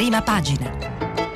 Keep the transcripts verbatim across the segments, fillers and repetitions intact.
Prima pagina.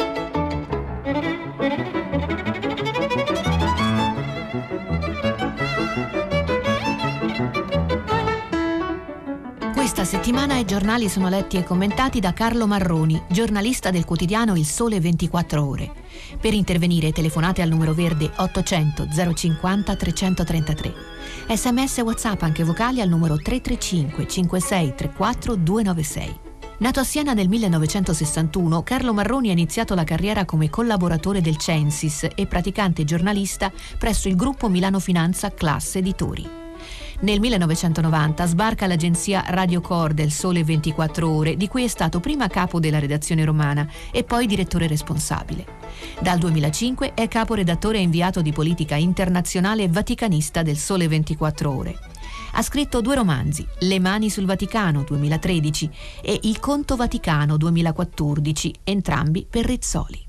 Questa settimana i giornali sono letti e commentati da Carlo Marroni, giornalista del quotidiano Il Sole ventiquattro Ore. Per intervenire telefonate al numero verde ottocento zero cinquanta trecentotrentatré. Sms e WhatsApp anche vocali al numero tre tre cinque cinque sei tre quattro due nove sei. Nato a Siena nel millenovecentosessantuno, Carlo Marroni ha iniziato la carriera come collaboratore del Censis e praticante giornalista presso il gruppo Milano Finanza Class Editori. Nel millenovecentonovanta sbarca l'agenzia Radio Cor del Sole ventiquattro Ore, di cui è stato prima capo della redazione romana e poi direttore responsabile. Dal duemilacinque è caporedattore e inviato di politica internazionale e vaticanista del Sole ventiquattro Ore. Ha scritto due romanzi, Le mani sul Vaticano duemilatredici e Il conto Vaticano duemilaquattordici, entrambi per Rizzoli.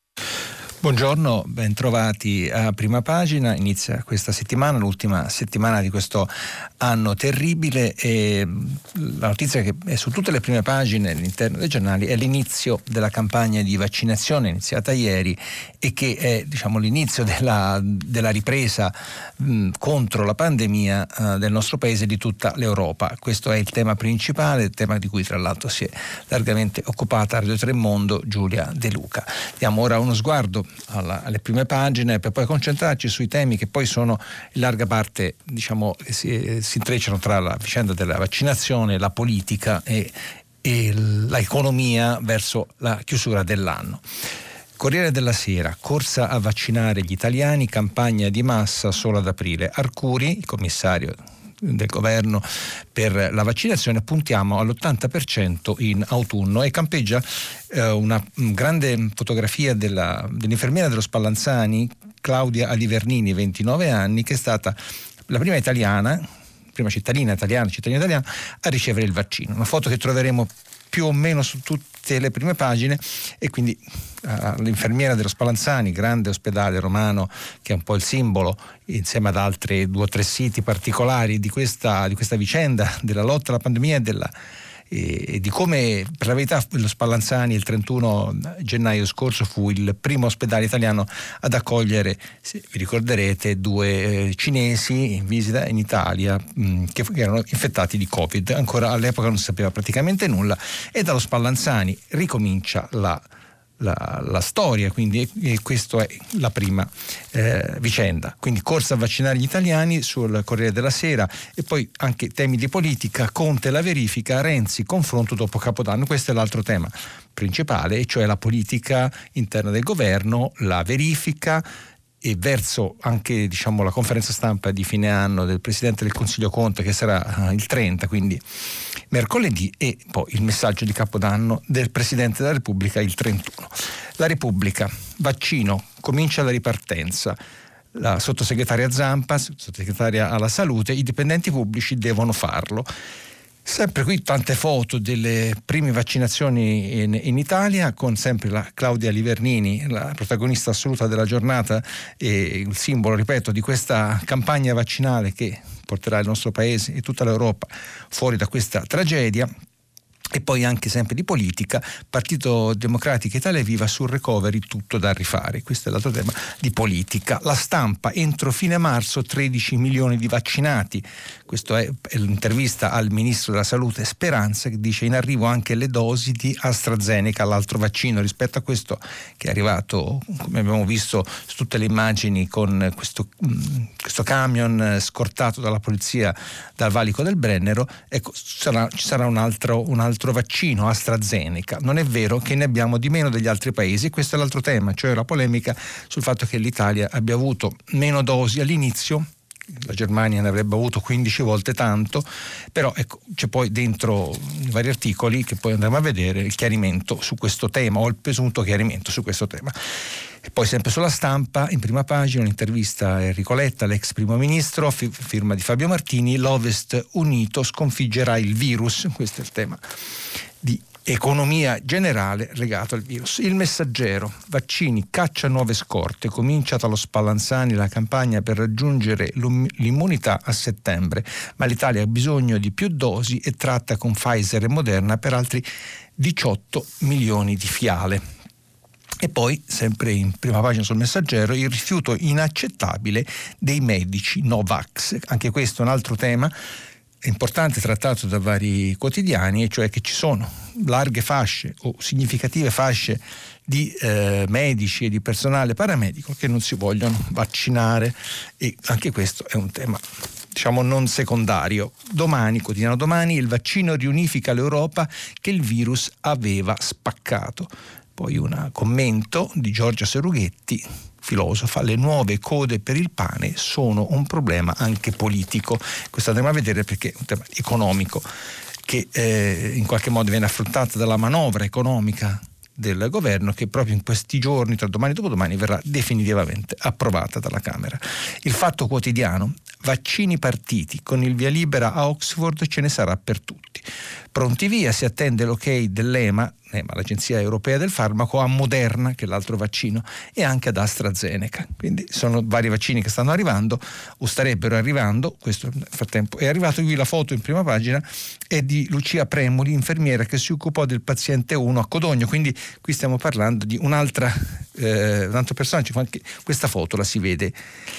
Buongiorno, bentrovati a Prima Pagina. Inizia questa settimana, l'ultima settimana di questo anno terribile, e la notizia che è su tutte le prime pagine all'interno dei giornali è l'inizio della campagna di vaccinazione iniziata ieri e che è, diciamo, l'inizio della, della ripresa mh, contro la pandemia uh, del nostro paese e di tutta l'Europa. Questo è il tema principale, il tema di cui tra l'altro si è largamente occupata Radio tre Mondo Giulia De Luca. Diamo ora uno sguardo Alla, alle prime pagine per poi concentrarci sui temi che poi sono in larga parte, diciamo, si, si intrecciano tra la vicenda della vaccinazione, la politica e, e l'economia verso la chiusura dell'anno. Corriere della Sera, corsa a vaccinare gli italiani, campagna di massa solo ad aprile. Arcuri, il commissario del governo per la vaccinazione, puntiamo all'ottanta per cento in autunno, e campeggia eh, una grande fotografia della, dell'infermiera dello Spallanzani, Claudia Alivernini, ventinove anni, che è stata la prima italiana, prima cittadina italiana, cittadina italiana a ricevere il vaccino. Una foto che troveremo più o meno su tutte le prime pagine, e quindi uh, l'infermiera dello Spallanzani, grande ospedale romano che è un po' il simbolo, insieme ad altri due o tre siti particolari di questa, di questa vicenda della lotta alla pandemia e della e di come, per la verità, lo Spallanzani il trentuno gennaio scorso fu il primo ospedale italiano ad accogliere, se vi ricorderete, due eh, cinesi in visita in Italia mh, che erano infettati di Covid. Ancora all'epoca non si sapeva praticamente nulla, e dallo Spallanzani ricomincia la La, la storia, quindi, e questa è la prima eh, vicenda. Quindi corsa a vaccinare gli italiani sul Corriere della Sera, e poi anche temi di politica, Conte la verifica, Renzi confronto dopo Capodanno. Questo è l'altro tema principale, e cioè la politica interna del governo, la verifica, e verso anche, diciamo, la conferenza stampa di fine anno del Presidente del Consiglio Conte, che sarà il trenta, quindi mercoledì, e poi il messaggio di Capodanno del Presidente della Repubblica il trentuno. La Repubblica, vaccino, comincia la ripartenza. La sottosegretaria Zampa, sottosegretaria alla salute, i dipendenti pubblici devono farlo. Sempre qui tante foto delle prime vaccinazioni in, in Italia, con sempre la Claudia Livernini, la protagonista assoluta della giornata e il simbolo, ripeto, di questa campagna vaccinale che porterà il nostro paese e tutta l'Europa fuori da questa tragedia. E poi anche sempre di politica, Partito Democratico, Italia Viva, sul recovery tutto da rifare. Questo è l'altro tema di politica. La Stampa, entro fine marzo tredici milioni di vaccinati. Questa è, è l'intervista al ministro della Salute Speranza, che dice in arrivo anche le dosi di AstraZeneca, l'altro vaccino, rispetto a questo che è arrivato, come abbiamo visto su tutte le immagini, con questo, questo camion scortato dalla polizia dal valico del Brennero. Ecco, sarà, ci sarà un altro, un altro vaccino AstraZeneca. Non è vero che ne abbiamo di meno degli altri paesi. Questo è l'altro tema, cioè la polemica sul fatto che l'Italia abbia avuto meno dosi all'inizio. La Germania ne avrebbe avuto quindici volte tanto, però ecco, c'è poi dentro i vari articoli che poi andremo a vedere il chiarimento su questo tema, o il presunto chiarimento su questo tema. E poi sempre sulla Stampa, in prima pagina, un'intervista a Enrico Letta, l'ex primo ministro, firma di Fabio Martini, l'Ovest unito sconfiggerà il virus. Questo è il tema di economia generale legata al virus. Il Messaggero: vaccini, caccia nuove scorte, comincia dallo Spallanzani la campagna per raggiungere l'immunità a settembre, ma l'Italia ha bisogno di più dosi e tratta con Pfizer e Moderna per altri diciotto milioni di fiale. E poi, sempre in prima pagina sul Messaggero, il rifiuto inaccettabile dei medici Novax. Anche questo è un altro tema importante trattato da vari quotidiani, e cioè che ci sono larghe fasce o significative fasce di eh, medici e di personale paramedico che non si vogliono vaccinare, e anche questo è un tema, diciamo, non secondario. Domani, quotidiano Domani: il vaccino riunifica l'Europa che il virus aveva spaccato. Poi un commento di Giorgia Serughetti, filosofa: le nuove code per il pane sono un problema anche politico. Questo andremo a vedere perché è un tema economico che eh, in qualche modo viene affrontato dalla manovra economica del governo, che proprio in questi giorni, tra domani e dopodomani, verrà definitivamente approvata dalla Camera. Il Fatto Quotidiano: vaccini partiti, con il via libera a Oxford ce ne sarà per tutti. Pronti via, si attende l'ok dell'EMA, EMA, l'Agenzia Europea del Farmaco, a Moderna, che è l'altro vaccino, e anche ad AstraZeneca. Quindi sono vari vaccini che stanno arrivando o starebbero arrivando. Questo nel frattempo è arrivato. Qui la foto in prima pagina è di Lucia Premoli, infermiera che si occupò del paziente uno a Codogno, quindi qui stiamo parlando di un'altra eh, un altro personaggio. Anche questa foto la si vede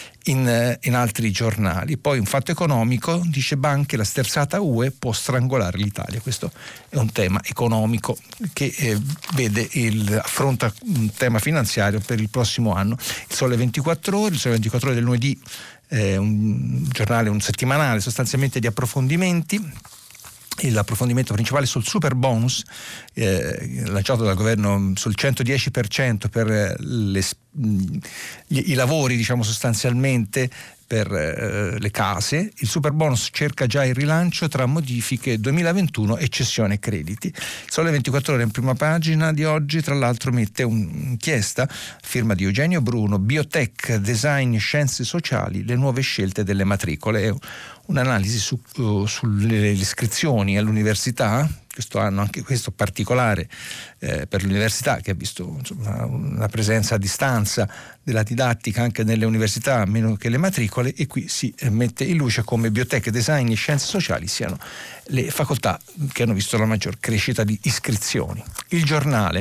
in, in altri giornali. Poi un Fatto Economico dice: banche, la sterzata U E può strangolare l'Italia. Questo è un tema economico che eh, vede il, affronta un tema finanziario per il prossimo anno. Il Sole ventiquattro Ore, il Sole ventiquattro Ore del lunedì, eh, un giornale, un settimanale sostanzialmente di approfondimenti. L'approfondimento principale sul super bonus eh, lanciato dal governo sul centodieci per cento per le, gli, i lavori, diciamo, sostanzialmente per eh, le case. Il super bonus cerca già il rilancio tra modifiche duemilaventuno e cessione crediti. Il Sole ventiquattro Ore in prima pagina di oggi, tra l'altro, mette un'inchiesta firma di Eugenio Bruno: biotech, design, scienze sociali, le nuove scelte delle matricole. È un'analisi su, uh, sulle iscrizioni all'università. Questo anno, anche questo particolare eh, per l'università, che ha visto, insomma, una presenza a distanza della didattica anche nelle università, meno che le matricole, e qui si eh, mette in luce come biotech, design e scienze sociali siano le facoltà che hanno visto la maggior crescita di iscrizioni. Il Giornale: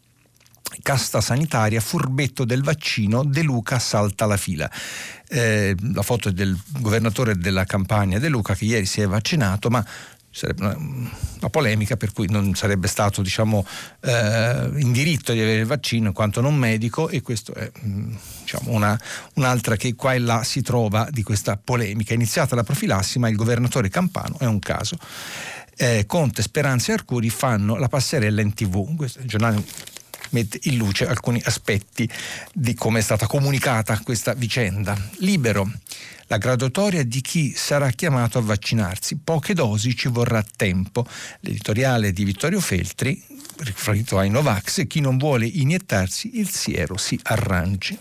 casta sanitaria, furbetto del vaccino, De Luca salta la fila. Eh, la foto è del governatore della Campania, De Luca, che ieri si è vaccinato, ma sarebbe una, una polemica per cui non sarebbe stato, diciamo, eh, in diritto di avere il vaccino in quanto non medico, e questo è, diciamo, una, un'altra che qua e là si trova di questa polemica. È iniziata la profilassi, ma il governatore campano è un caso. Eh, Conte, Speranza e Arcuri fanno la passerella in tivù. Questo è il giornale, mette in luce alcuni aspetti di come è stata comunicata questa vicenda. Libero: la graduatoria di chi sarà chiamato a vaccinarsi, poche dosi, ci vorrà tempo. L'editoriale di Vittorio Feltri, riferito ai Novax: chi non vuole iniettarsi il siero si arrangi.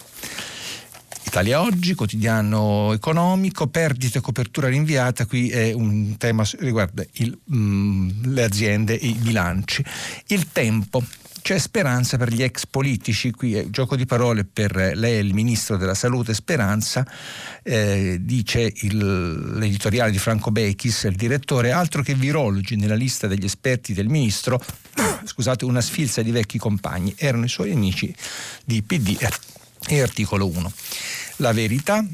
Italia Oggi, quotidiano economico: perdite e copertura rinviata. Qui è un tema riguarda il, mh, le aziende e i bilanci. Il Tempo: c'è speranza per gli ex politici. Qui è gioco di parole per lei, il ministro della Salute Speranza. Eh, dice il, l'editoriale di Franco Bechis, il direttore: altro che virologi nella lista degli esperti del ministro, scusate, una sfilza di vecchi compagni, erano i suoi amici di P D e Articolo uno. La Verità: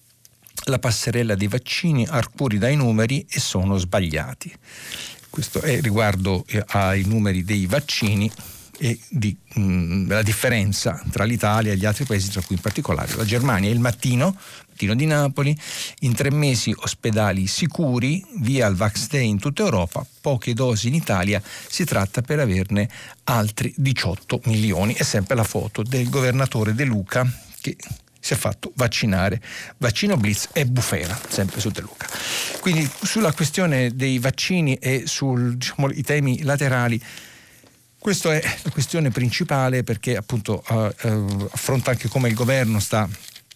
la passerella dei vaccini, Arcuri dai numeri e sono sbagliati. Questo è riguardo ai numeri dei vaccini e di, mh, la differenza tra l'Italia e gli altri paesi, tra cui in particolare la Germania. Il Mattino, Mattino di Napoli: in tre mesi ospedali sicuri, via il Vax Day in tutta Europa, poche dosi in Italia, si tratta per averne altri diciotto milioni. È sempre la foto del governatore De Luca che si è fatto vaccinare. Vaccino blitz e bufera, sempre su De Luca. Quindi sulla questione dei vaccini e sui, diciamo, i temi laterali, questa è la questione principale, perché appunto uh, uh, affronta anche come il governo sta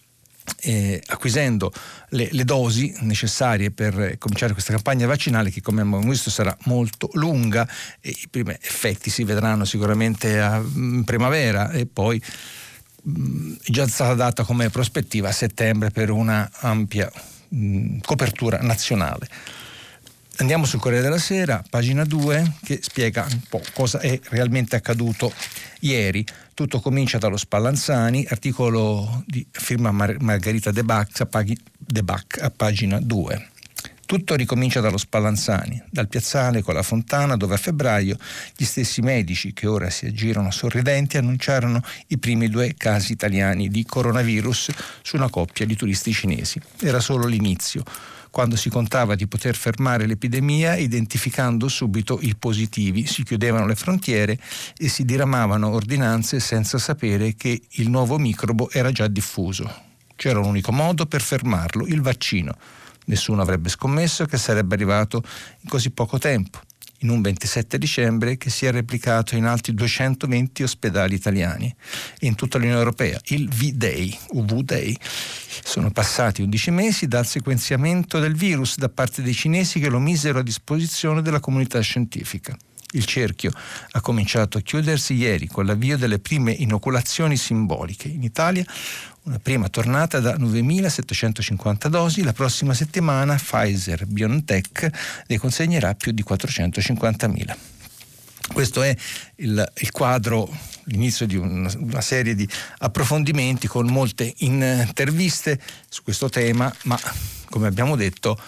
Eh, acquisendo le, le dosi necessarie per cominciare questa campagna vaccinale, che come abbiamo visto sarà molto lunga, e i primi effetti si vedranno sicuramente a in primavera, e poi mh, è già stata data come prospettiva a settembre per una ampia mh, copertura nazionale. Andiamo sul Corriere della Sera, pagina due, che spiega un po' cosa è realmente accaduto ieri. Tutto comincia dallo Spallanzani, articolo di firma Mar- Margherita De Bac, a, pag- De Bac, a pagina due. Tutto ricomincia dallo Spallanzani, dal piazzale con la fontana, dove a febbraio gli stessi medici, che ora si aggirano sorridenti, annunciarono i primi due casi italiani di coronavirus su una coppia di turisti cinesi. Era solo l'inizio, quando si contava di poter fermare l'epidemia identificando subito i positivi. Si chiudevano le frontiere e si diramavano ordinanze senza sapere che il nuovo microbo era già diffuso. C'era un unico modo per fermarlo: il vaccino. Nessuno avrebbe scommesso che sarebbe arrivato in così poco tempo, in un ventisette dicembre che si è replicato in altri duecentoventi ospedali italiani e in tutta l'Unione Europea, il V-Day, U V-Day. Sono passati undici mesi dal sequenziamento del virus da parte dei cinesi, che lo misero a disposizione della comunità scientifica. Il cerchio ha cominciato a chiudersi ieri con l'avvio delle prime inoculazioni simboliche. In Italia una prima tornata da novemilasettocentocinquanta dosi. La prossima settimana Pfizer BioNTech ne consegnerà più di quattrocentocinquantamila. Questo è il, il quadro, l'inizio di una, una serie di approfondimenti con molte interviste su questo tema, ma come abbiamo detto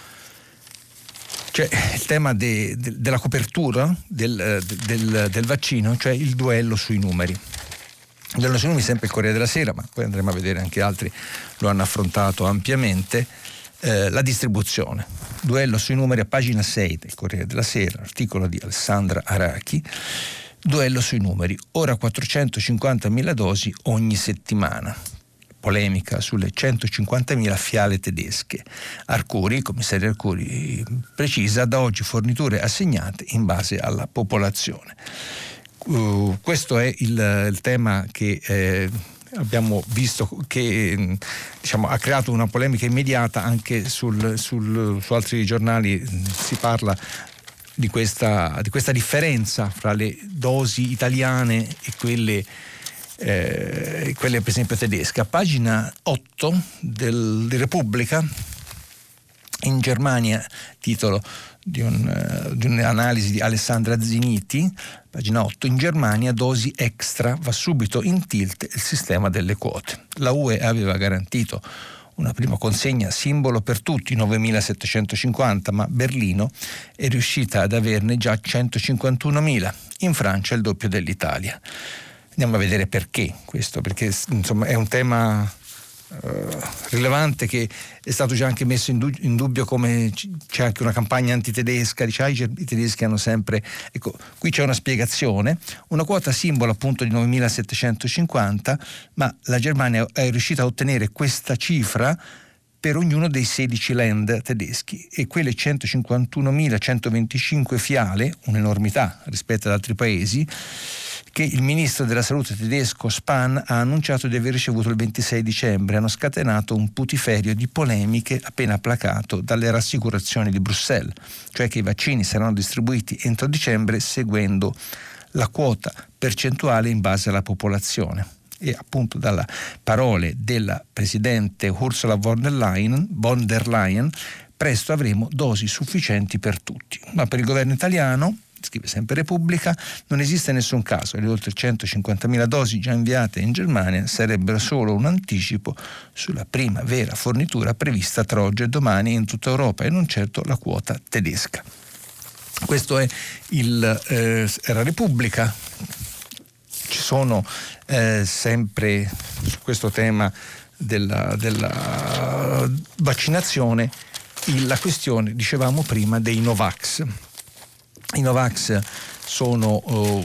c'è il tema de, de, della copertura del, del, del vaccino, cioè il duello sui numeri. Il duello sui numeri, sempre il Corriere della Sera, ma poi andremo a vedere anche altri lo hanno affrontato ampiamente. Eh, la distribuzione. Duello sui numeri a pagina sei del Corriere della Sera, articolo di Alessandra Arachi. Duello sui numeri, ora quattrocentocinquantamila dosi ogni settimana. Polemica sulle centocinquantamila fiale tedesche. Arcuri, il commissario Arcuri precisa: da oggi forniture assegnate in base alla popolazione. Uh, questo è il, il tema che eh, abbiamo visto che diciamo, ha creato una polemica immediata anche sul, sul, su altri giornali. Si parla di questa, di questa differenza fra le dosi italiane e quelle Eh, quelle per esempio tedesche. A pagina otto del, di Repubblica, in Germania, titolo di, un, uh, di un'analisi di Alessandra Ziniti, pagina otto, in Germania dosi extra, va subito in tilt il sistema delle quote. La U E aveva garantito una prima consegna simbolo per tutti, novemilasettocentocinquanta, ma Berlino è riuscita ad averne già centocinquantunomila, in Francia il doppio dell'Italia. Andiamo a vedere perché questo, perché insomma è un tema eh, rilevante che è stato già anche messo in, du- in dubbio, come c- c'è anche una campagna antitedesca, dice ah, i, i tedeschi hanno sempre, ecco, qui c'è una spiegazione, una quota simbolo appunto di novemilasettocentocinquanta, ma la Germania è riuscita a ottenere questa cifra per ognuno dei sedici Land tedeschi, e quelle centocinquantunomilacentoventicinque fiale, un'enormità rispetto ad altri paesi, che il ministro della salute tedesco Spahn ha annunciato di aver ricevuto il ventisei dicembre, hanno scatenato un putiferio di polemiche appena placato dalle rassicurazioni di Bruxelles, cioè che i vaccini saranno distribuiti entro dicembre seguendo la quota percentuale in base alla popolazione. E appunto dalle parole della presidente Ursula von der Leyen, von der Leyen, presto avremo dosi sufficienti per tutti. Ma per il governo italiano, scrive sempre Repubblica, non esiste nessun caso e le oltre centocinquantamila dosi già inviate in Germania sarebbero solo un anticipo sulla prima vera fornitura prevista tra oggi e domani in tutta Europa, e non certo la quota tedesca. Questo è il eh, era Repubblica. Ci sono eh, sempre su questo tema della, della vaccinazione il, la questione, dicevamo prima, dei Novax. I Novax sono uh,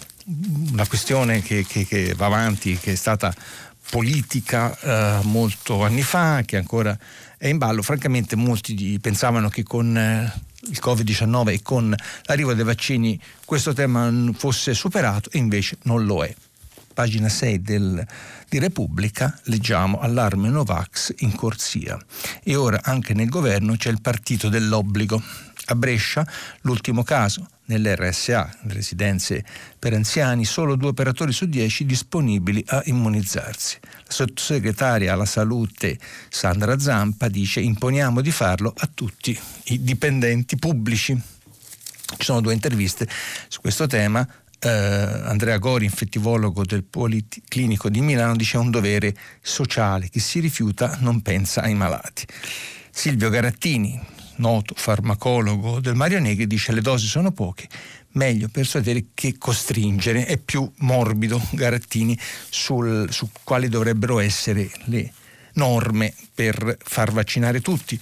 una questione che, che, che va avanti, che è stata politica uh, molto anni fa, che ancora è in ballo. Francamente molti di, pensavano che con uh, il covid diciannove e con l'arrivo dei vaccini questo tema fosse superato, e invece non lo è. pagina sei del, di Repubblica leggiamo: allarme Novax in corsia. E ora anche nel governo c'è il partito dell'obbligo. A Brescia l'ultimo caso. Nell'R S A, residenze per anziani, solo due operatori su dieci disponibili a immunizzarsi. La sottosegretaria alla salute Sandra Zampa dice: imponiamo di farlo a tutti i dipendenti pubblici. Ci sono due interviste su questo tema. Eh, Andrea Gori, infettivologo del Policlinico di Milano, dice: è un dovere sociale, chi si rifiuta non pensa ai malati. Silvio Garattini, noto farmacologo del Mario Negri, dice: le dosi sono poche, meglio persuadere che costringere. È più morbido Garattini sul, su quali dovrebbero essere le norme per far vaccinare tutti.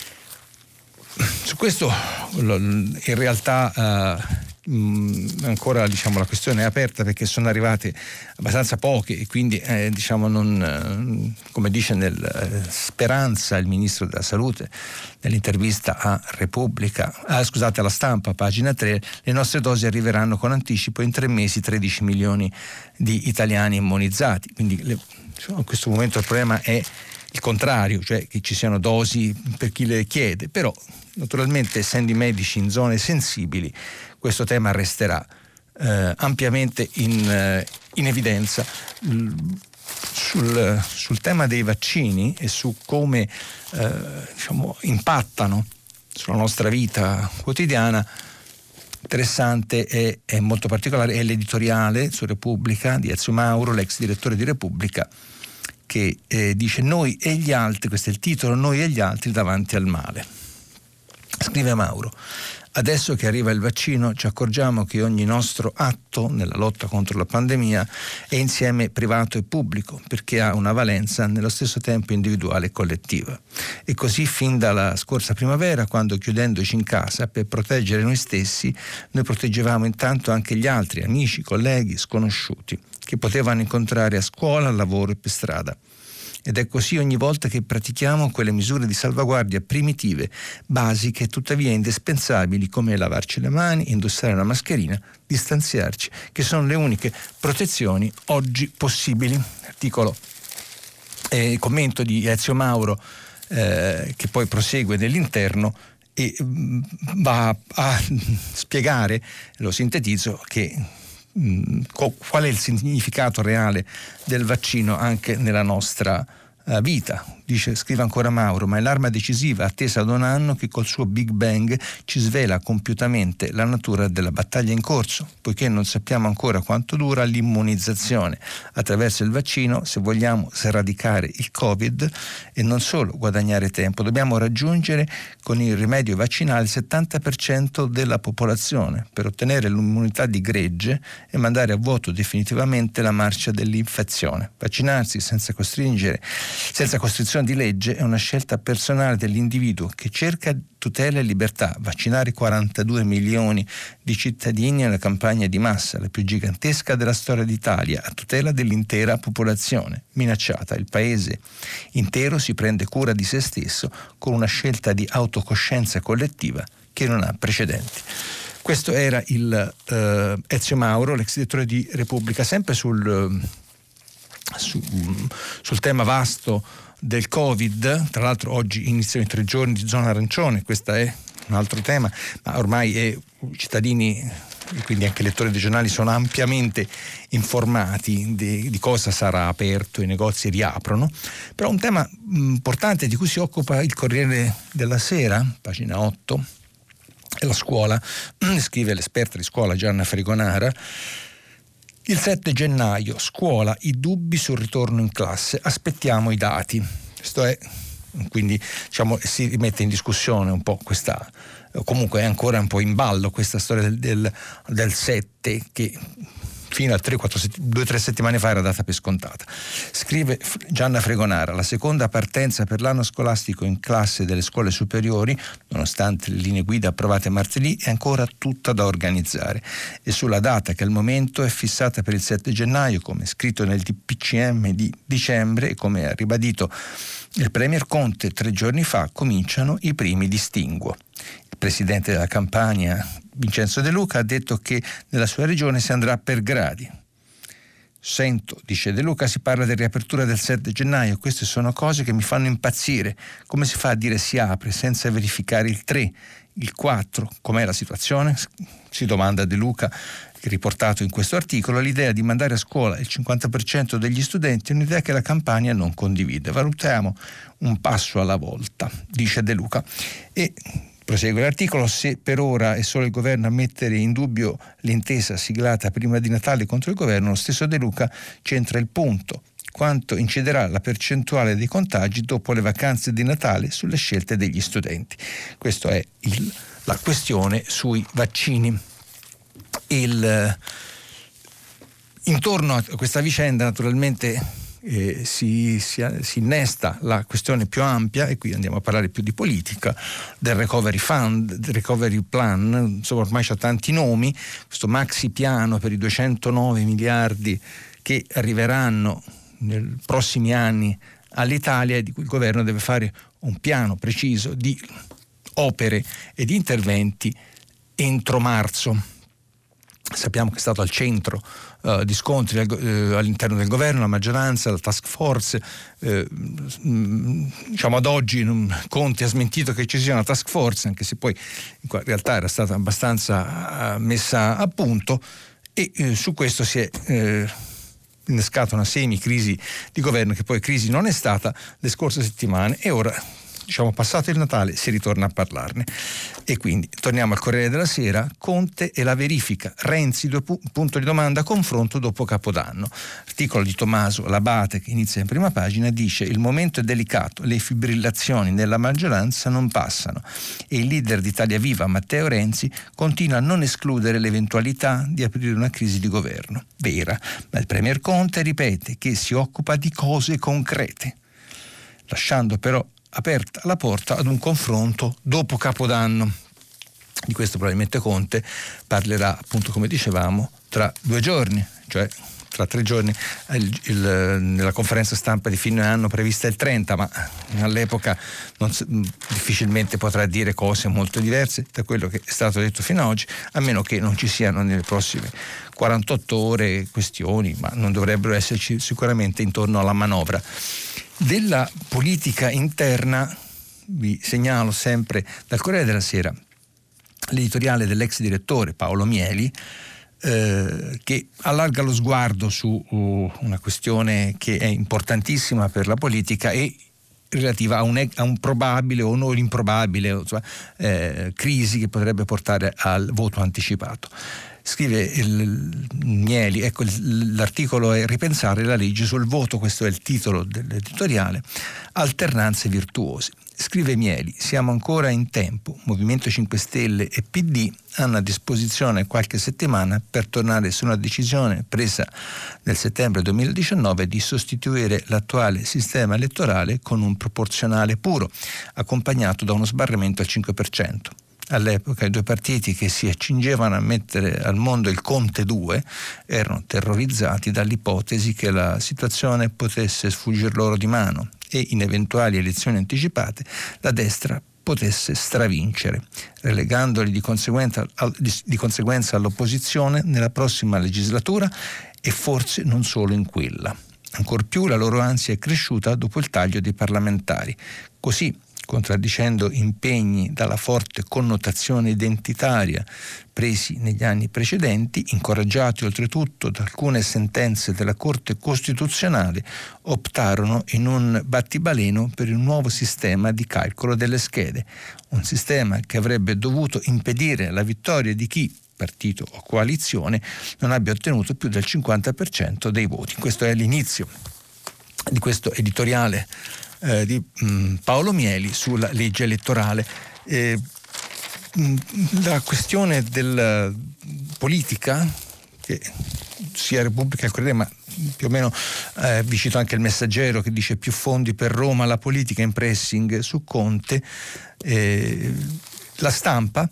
Su questo in realtà uh, mh, ancora diciamo la questione è aperta, perché sono arrivate abbastanza poche e quindi eh, diciamo non uh, come dice nel uh, Speranza, il ministro della salute, nell'intervista a Repubblica, ah, scusate alla Stampa, pagina tre, le nostre dosi arriveranno con anticipo, in tre mesi tredici milioni di italiani immunizzati. Quindi le, diciamo, in questo momento il problema è il contrario, cioè che ci siano dosi per chi le chiede, però naturalmente essendo i medici in zone sensibili questo tema resterà eh, ampiamente in, eh, in evidenza. Sul, sul tema dei vaccini e su come eh, diciamo, impattano sulla nostra vita quotidiana, interessante e è, è molto particolare è l'editoriale su Repubblica di Ezio Mauro, l'ex direttore di Repubblica, che eh, dice: noi e gli altri, questo è il titolo, noi e gli altri davanti al male. Scrive Mauro: adesso che arriva il vaccino ci accorgiamo che ogni nostro atto nella lotta contro la pandemia è insieme privato e pubblico, perché ha una valenza nello stesso tempo individuale e collettiva. E così fin dalla scorsa primavera, quando chiudendoci in casa per proteggere noi stessi, noi proteggevamo intanto anche gli altri, amici, colleghi, sconosciuti, che potevano incontrare a scuola, al lavoro e per strada. Ed è così ogni volta che pratichiamo quelle misure di salvaguardia primitive, basiche, tuttavia indispensabili, come lavarci le mani, indossare una mascherina, distanziarci, che sono le uniche protezioni oggi possibili. Articolo e eh, commento di Ezio Mauro eh, che poi prosegue nell'interno e mh, va a spiegare, lo sintetizzo, che qual è il significato reale del vaccino anche nella nostra uh, vita. Dice, scrive ancora Mauro: ma è l'arma decisiva attesa da un anno che col suo Big Bang ci svela compiutamente la natura della battaglia in corso, poiché non sappiamo ancora quanto dura l'immunizzazione. Attraverso il vaccino, se vogliamo sradicare il Covid e non solo guadagnare tempo, dobbiamo raggiungere con il rimedio vaccinale il settanta per cento della popolazione per ottenere l'immunità di gregge e mandare a vuoto definitivamente la marcia dell'infezione. Vaccinarsi senza costringere, senza costrizione di legge è una scelta personale dell'individuo che cerca tutela e libertà. Vaccinare quarantadue milioni di cittadini è una campagna di massa, la più gigantesca della storia d'Italia, a tutela dell'intera popolazione minacciata. Il paese intero si prende cura di se stesso con una scelta di autocoscienza collettiva che non ha precedenti. Questo era il eh, Ezio Mauro, l'ex direttore di Repubblica, sempre sul, su, sul tema vasto del Covid. Tra l'altro oggi iniziano i tre giorni di zona arancione, questo è un altro tema, ma ormai è, i cittadini e quindi anche i lettori dei giornali sono ampiamente informati di, di cosa sarà aperto, i negozi riaprono. Però un tema importante di cui si occupa il Corriere della Sera, pagina otto, è la scuola. Scrive l'esperta di scuola Gianna Fregonara: il sette gennaio, scuola, i dubbi sul ritorno in classe, aspettiamo i dati. Questo è, quindi diciamo, si rimette in discussione un po' questa, comunque è ancora un po' in ballo questa storia del, del, del sette, che fino a tre quattro due tre settimane fa era data per scontata. Scrive Gianna Fregonara: la seconda partenza per l'anno scolastico in classe delle scuole superiori, nonostante le linee guida approvate martedì, è ancora tutta da organizzare, e sulla data che al momento è fissata per il sette gennaio, come scritto nel D P C M di dicembre e come ha ribadito il Premier Conte tre giorni fa, cominciano i primi distinguo. Il presidente della Campania, Vincenzo De Luca, ha detto che nella sua regione si andrà per gradi. Sento, dice De Luca, si parla di riapertura del sette gennaio, queste sono cose che mi fanno impazzire. Come si fa a dire si apre senza verificare il tre, il quattro? Com'è la situazione? Si domanda De Luca, riportato in questo articolo. L'idea di mandare a scuola il cinquanta per cento degli studenti è un'idea che la Campania non condivide. Valutiamo un passo alla volta, dice De Luca. E prosegue l'articolo: se per ora è solo il governo a mettere in dubbio l'intesa siglata prima di Natale contro il governo, lo stesso De Luca centra il punto: quanto inciderà la percentuale dei contagi dopo le vacanze di Natale sulle scelte degli studenti. Questa è il, la questione sui vaccini. Il, intorno a questa vicenda naturalmente Eh, si, si, si innesta la questione più ampia, e qui andiamo a parlare più di politica, del recovery fund, del recovery plan. Insomma, ormai c'ha tanti nomi, questo maxi piano per i duecentonove miliardi che arriveranno nei prossimi anni all'Italia, e di cui il governo deve fare un piano preciso di opere e di interventi entro marzo. Sappiamo che è stato al centro uh, di scontri uh, all'interno del governo, la maggioranza, la task force. Uh, diciamo ad oggi non, Conte ha smentito che ci sia una task force, anche se poi in realtà era stata abbastanza uh, messa a punto, e uh, su questo si è uh, innescata una semi-crisi di governo, che poi crisi non è stata le scorse settimane, e ora, diciamo, passato il Natale, si ritorna a parlarne. E quindi torniamo al Corriere della Sera: Conte e la verifica, Renzi, due pu- punto di domanda, confronto dopo Capodanno. Articolo di Tommaso Labate, che inizia in prima pagina, dice: il momento è delicato, le fibrillazioni nella maggioranza non passano, e il leader di Italia Viva, Matteo Renzi, continua a non escludere l'eventualità di aprire una crisi di governo vera, ma il premier Conte ripete che si occupa di cose concrete, lasciando però aperta la porta ad un confronto dopo Capodanno. Di questo probabilmente Conte parlerà, appunto, come dicevamo, tra due giorni, cioè tra tre giorni, il, il, nella conferenza stampa di fine anno prevista il trenta, ma all'epoca non, difficilmente potrà dire cose molto diverse da quello che è stato detto fino ad oggi, a meno che non ci siano nelle prossime quarantotto ore questioni, ma non dovrebbero esserci sicuramente intorno alla manovra. Della politica interna vi segnalo sempre dal Corriere della Sera l'editoriale dell'ex direttore Paolo Mieli, eh, che allarga lo sguardo su uh, una questione che è importantissima per la politica e relativa a un, a un probabile o non improbabile cioè, eh, crisi che potrebbe portare al voto anticipato. Scrive il Mieli, ecco, l'articolo è Ripensare la legge sul voto, questo è il titolo dell'editoriale, alternanze virtuose. Scrive Mieli: siamo ancora in tempo, Movimento cinque Stelle e P D hanno a disposizione qualche settimana per tornare su una decisione presa nel settembre duemiladiciannove di sostituire l'attuale sistema elettorale con un proporzionale puro, accompagnato da uno sbarramento al cinque per cento. All'epoca i due partiti che si accingevano a mettere al mondo il Conte due erano terrorizzati dall'ipotesi che la situazione potesse sfuggir loro di mano e in eventuali elezioni anticipate la destra potesse stravincere, relegandoli di conseguenza, di conseguenza all'opposizione nella prossima legislatura e forse non solo in quella. Ancor più la loro ansia è cresciuta dopo il taglio dei parlamentari. Così, contraddicendo impegni dalla forte connotazione identitaria presi negli anni precedenti, incoraggiati oltretutto da alcune sentenze della Corte Costituzionale, optarono in un battibaleno per il nuovo sistema di calcolo delle schede, un sistema che avrebbe dovuto impedire la vittoria di chi, partito o coalizione, non abbia ottenuto più del cinquanta per cento dei voti. Questo è l'inizio di questo editoriale Eh, di mh, Paolo Mieli sulla legge elettorale. Eh, mh, la questione della politica, che sia Repubblica che Corriere, ma più o meno eh, vi cito anche il Messaggero che dice: più fondi per Roma, la politica in pressing su Conte. Eh, la Stampa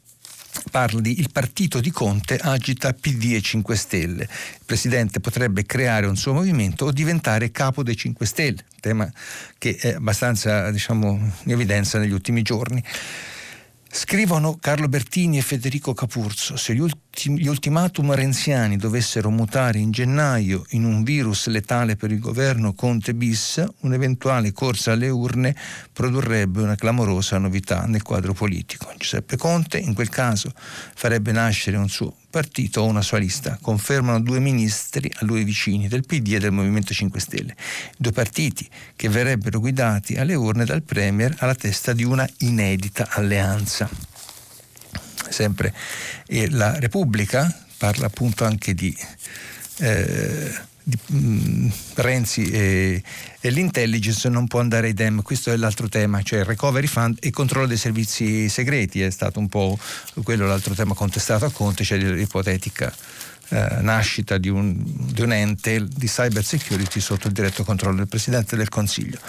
parla di il partito di Conte agita P D e cinque Stelle. Il presidente potrebbe creare un suo movimento o diventare capo dei cinque Stelle, tema che è abbastanza, diciamo, in evidenza negli ultimi giorni. Scrivono Carlo Bertini e Federico Capurzo: se gli ultimi gli ultimatum renziani dovessero mutare in gennaio in un virus letale per il governo Conte bis, un'eventuale corsa alle urne produrrebbe una clamorosa novità nel quadro politico. Giuseppe Conte in quel caso farebbe nascere un suo partito o una sua lista, confermano due ministri a lui vicini del P D e del Movimento cinque Stelle, due partiti che verrebbero guidati alle urne dal Premier alla testa di una inedita alleanza. Sempre e la Repubblica parla appunto anche di, eh, di mh, Renzi e, e l'intelligence non può andare ai Dem. Questo è l'altro tema, cioè il recovery fund e il controllo dei servizi segreti è stato un po' quello l'altro tema contestato a Conte, cioè l'ipotetica eh, nascita di un, di un ente di cyber security sotto il diretto controllo del Presidente del Consiglio.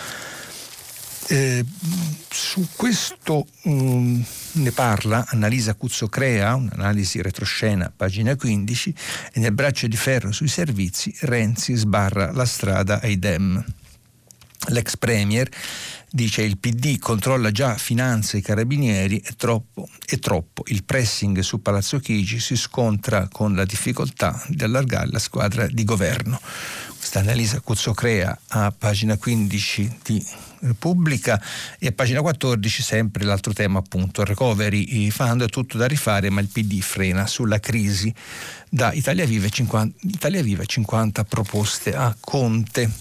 Eh, su questo um, ne parla Annalisa Cuzzocrea, un'analisi retroscena, pagina quindici, e nel braccio di ferro sui servizi Renzi sbarra la strada ai Dem. L'ex premier dice il P D controlla già finanza e carabinieri, è troppo, è troppo. Il pressing su Palazzo Chigi si scontra con la difficoltà di allargare la squadra di governo. Questa Annalisa Cuzzocrea a pagina quindici di Repubblica e a pagina quattordici sempre l'altro tema appunto, recovery fund, tutto da rifare ma il P D frena sulla crisi. Da Italia Viva cinquanta, Italia Viva cinquanta proposte a Conte.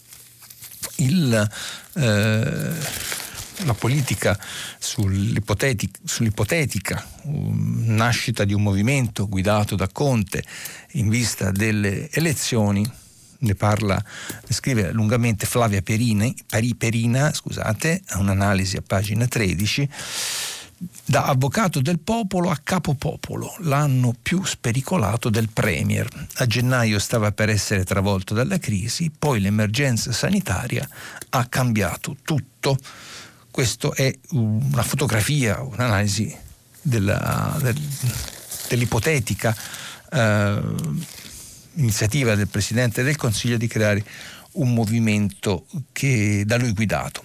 Il, eh, la politica sull'ipotetica, sull'ipotetica um, nascita di un movimento guidato da Conte in vista delle elezioni. Ne parla, ne scrive lungamente Flavia Perini, Perina, scusate, a un'analisi a pagina tredici. Da avvocato del popolo a capo popolo, l'anno più spericolato del Premier. A gennaio stava per essere travolto dalla crisi, poi l'emergenza sanitaria ha cambiato tutto. Questo è una fotografia, un'analisi della, del, dell'ipotetica eh, iniziativa del Presidente del Consiglio di creare un movimento che da lui guidato.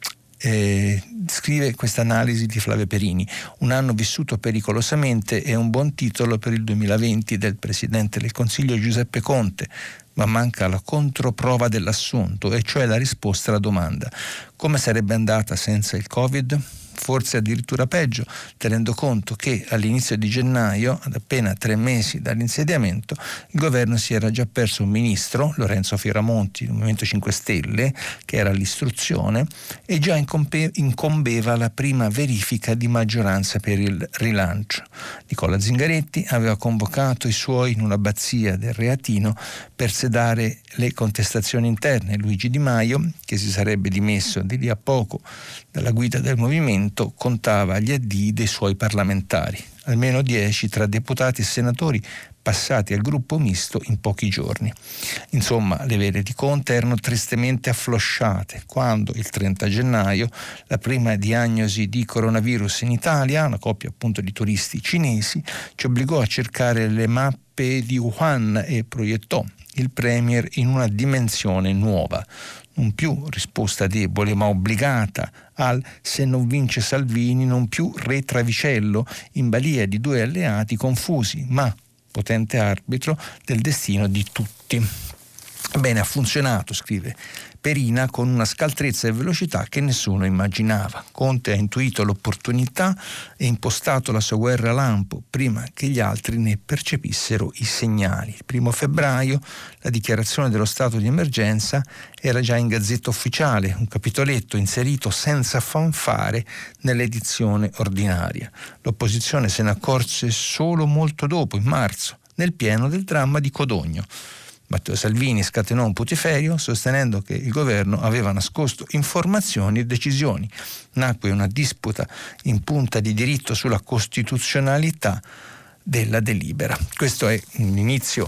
Eh, scrive questa analisi di Flavia Perini: un anno vissuto pericolosamente è un buon titolo per il duemilaventi del Presidente del Consiglio Giuseppe Conte, ma manca la controprova dell'assunto, e cioè la risposta alla domanda: come sarebbe andata senza il Covid? Forse addirittura peggio, tenendo conto che all'inizio di gennaio, ad appena tre mesi dall'insediamento, il governo si era già perso un ministro, Lorenzo Fioramonti, del Movimento cinque Stelle, che era all'istruzione, e già incombe- incombeva la prima verifica di maggioranza per il rilancio. Nicola Zingaretti aveva convocato i suoi in un'abbazia del Reatino per sedare le contestazioni interne. Luigi Di Maio, che si sarebbe dimesso di lì a poco dalla guida del movimento, contava gli addii dei suoi parlamentari, almeno dieci tra deputati e senatori passati al gruppo misto in pochi giorni. Insomma, le vele di Conte erano tristemente afflosciate quando il trenta gennaio la prima diagnosi di coronavirus in Italia, una coppia appunto di turisti cinesi, ci obbligò a cercare le mappe di Wuhan e proiettò il Premier in una dimensione nuova. Non più risposta debole ma obbligata al se non vince Salvini, non più re Travicello in balia di due alleati confusi ma potente arbitro del destino di tutti. Bene, ha funzionato, scrive Perina, con una scaltrezza e velocità che nessuno immaginava. Conte ha intuito l'opportunità e impostato la sua guerra lampo prima che gli altri ne percepissero i segnali. Il primo febbraio la dichiarazione dello stato di emergenza era già in Gazzetta Ufficiale, un capitoletto inserito senza fanfare nell'edizione ordinaria. L'opposizione se ne accorse solo molto dopo, in marzo, nel pieno del dramma di Codogno. Matteo Salvini scatenò un putiferio sostenendo che il governo aveva nascosto informazioni e decisioni. Nacque una disputa in punta di diritto sulla costituzionalità della delibera. Questo è un inizio,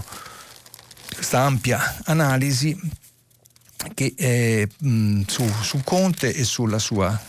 questa ampia analisi che è mh, su, su Conte e sulla sua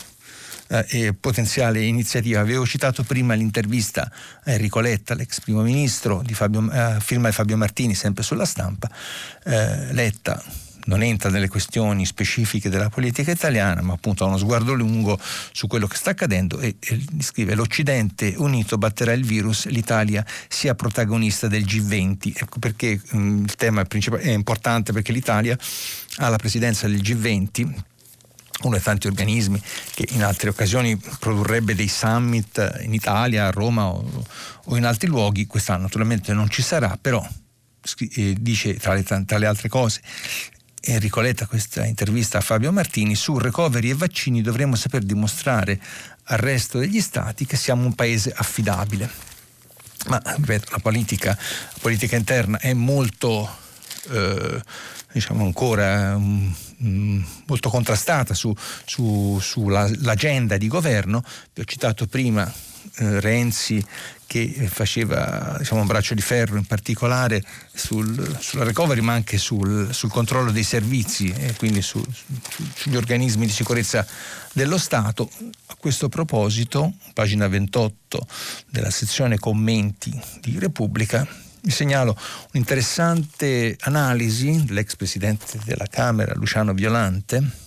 e potenziale iniziativa. Avevo citato prima l'intervista a Enrico Letta, l'ex primo ministro, di Fabio, eh, firma di Fabio Martini, sempre sulla Stampa. eh, Letta non entra nelle questioni specifiche della politica italiana, ma appunto ha uno sguardo lungo su quello che sta accadendo e, e scrive: l'Occidente unito batterà il virus, l'Italia sia protagonista del G venti. Ecco perché mh, il tema principale è importante, perché l'Italia ha la presidenza del G venti, uno dei tanti organismi che in altre occasioni produrrebbe dei summit in Italia, a Roma o, o in altri luoghi. Quest'anno naturalmente non ci sarà, però eh, dice tra le, tra le altre cose Enrico Letta, questa intervista a Fabio Martini: su recovery e vaccini dovremmo saper dimostrare al resto degli stati che siamo un paese affidabile. Ma ripeto, la politica, la politica interna è molto eh, diciamo ancora um, molto contrastata su, su, sull'agenda di governo. Vi ho citato prima eh, Renzi, che faceva, diciamo, un braccio di ferro in particolare sul, sulla recovery, ma anche sul, sul controllo dei servizi e quindi su, su, sugli organismi di sicurezza dello Stato. A questo proposito, pagina ventotto della sezione commenti di Repubblica, vi segnalo un'interessante analisi dell'ex presidente della Camera Luciano Violante.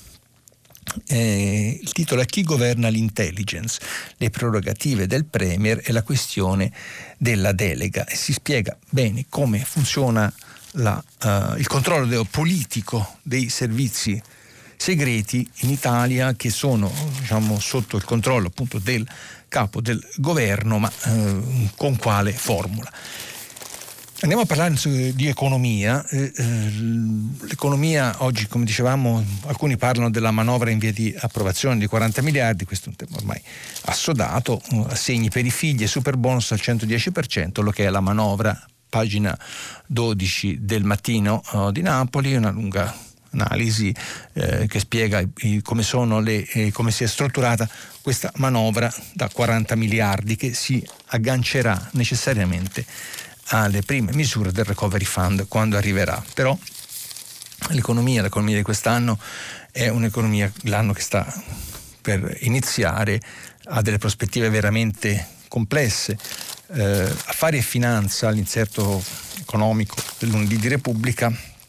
Eh, il titolo è: chi governa l'intelligence, le prerogative del premier e la questione della delega, e si spiega bene come funziona la, uh, il controllo politico dei servizi segreti in Italia, che sono, diciamo, sotto il controllo appunto del capo del governo, ma uh, con quale formula. Andiamo a parlare di economia. L'economia oggi, come dicevamo, alcuni parlano della manovra in via di approvazione di quaranta miliardi, questo è un tema ormai assodato, assegni per i figli e super bonus al centodieci per cento, lo che è la manovra, pagina dodici del Mattino di Napoli, una lunga analisi eh, che spiega i, come sono le, eh, come si è strutturata questa manovra da quaranta miliardi, che si aggancerà necessariamente alle prime misure del Recovery Fund quando arriverà. Però l'economia, l'economia di quest'anno è un'economia, l'anno che sta per iniziare, ha delle prospettive veramente complesse. Eh, Affari e Finanza, l'inserto economico del lunedì di Repubblica,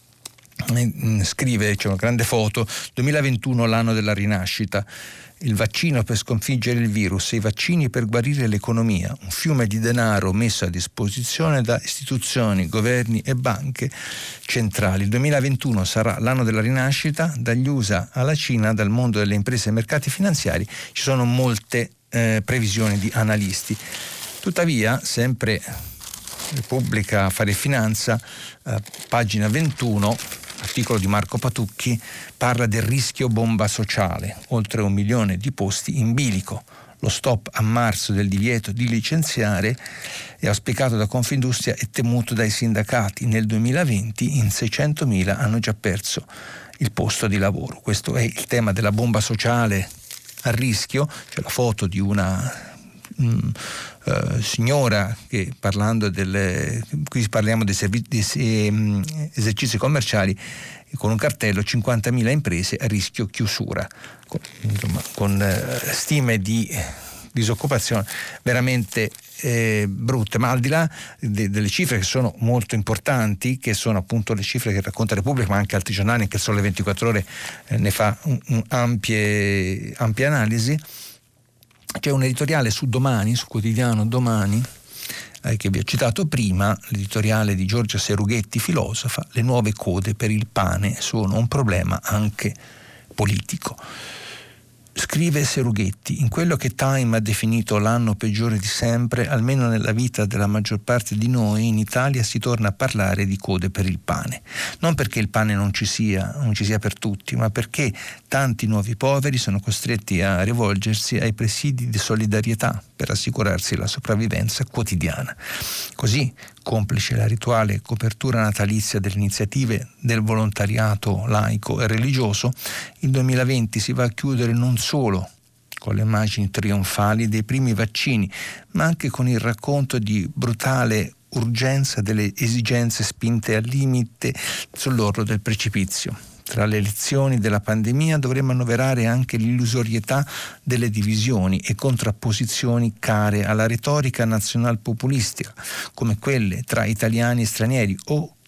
eh, scrive, c'è una grande foto: duemilaventuno, l'anno della rinascita. Il vaccino per sconfiggere il virus e i vaccini per guarire l'economia, un fiume di denaro messo a disposizione da istituzioni, governi e banche centrali. Il duemilaventuno sarà l'anno della rinascita, dagli U S A alla Cina, dal mondo delle imprese e mercati finanziari. Ci sono molte eh, previsioni di analisti. Tuttavia, sempre Repubblica, Affari e Finanza, eh, pagina ventuno, articolo di Marco Patucchi, parla del rischio bomba sociale, oltre un milione di posti in bilico, lo stop a marzo del divieto di licenziare è auspicato da Confindustria e temuto dai sindacati. Nel duemilaventi in seicentomila hanno già perso il posto di lavoro. Questo è il tema della bomba sociale a rischio. C'è la foto di una Mm, uh, signora che, parlando del, qui parliamo dei, servizi, dei um, esercizi commerciali, con un cartello: cinquantamila imprese a rischio chiusura, con, insomma, con uh, stime di disoccupazione veramente eh, brutte. Ma al di là de, delle cifre, che sono molto importanti, che sono appunto le cifre che racconta Repubblica, ma anche altri giornali, anche il Sole ventiquattro Ore eh, ne fa un, un ampie, ampie analisi. C'è un editoriale su Domani, su quotidiano Domani, eh, che vi ho citato prima, l'editoriale di Giorgia Serughetti, filosofa: le nuove code per il pane sono un problema anche politico. Scrive Serughetti: in quello che Time ha definito l'anno peggiore di sempre, almeno nella vita della maggior parte di noi, in Italia si torna a parlare di code per il pane. Non perché il pane non ci sia, non ci sia per tutti, ma perché tanti nuovi poveri sono costretti a rivolgersi ai presidi di solidarietà per assicurarsi la sopravvivenza quotidiana. Così, complice la rituale copertura natalizia delle iniziative del volontariato laico e religioso, il duemilaventi si va a chiudere non solo con le immagini trionfali dei primi vaccini, ma anche con il racconto di brutale urgenza delle esigenze spinte al limite sull'orlo del precipizio. Tra le lezioni della pandemia dovremmo annoverare anche l'illusorietà delle divisioni e contrapposizioni care alla retorica nazionalpopulistica, come quelle tra italiani e stranieri, o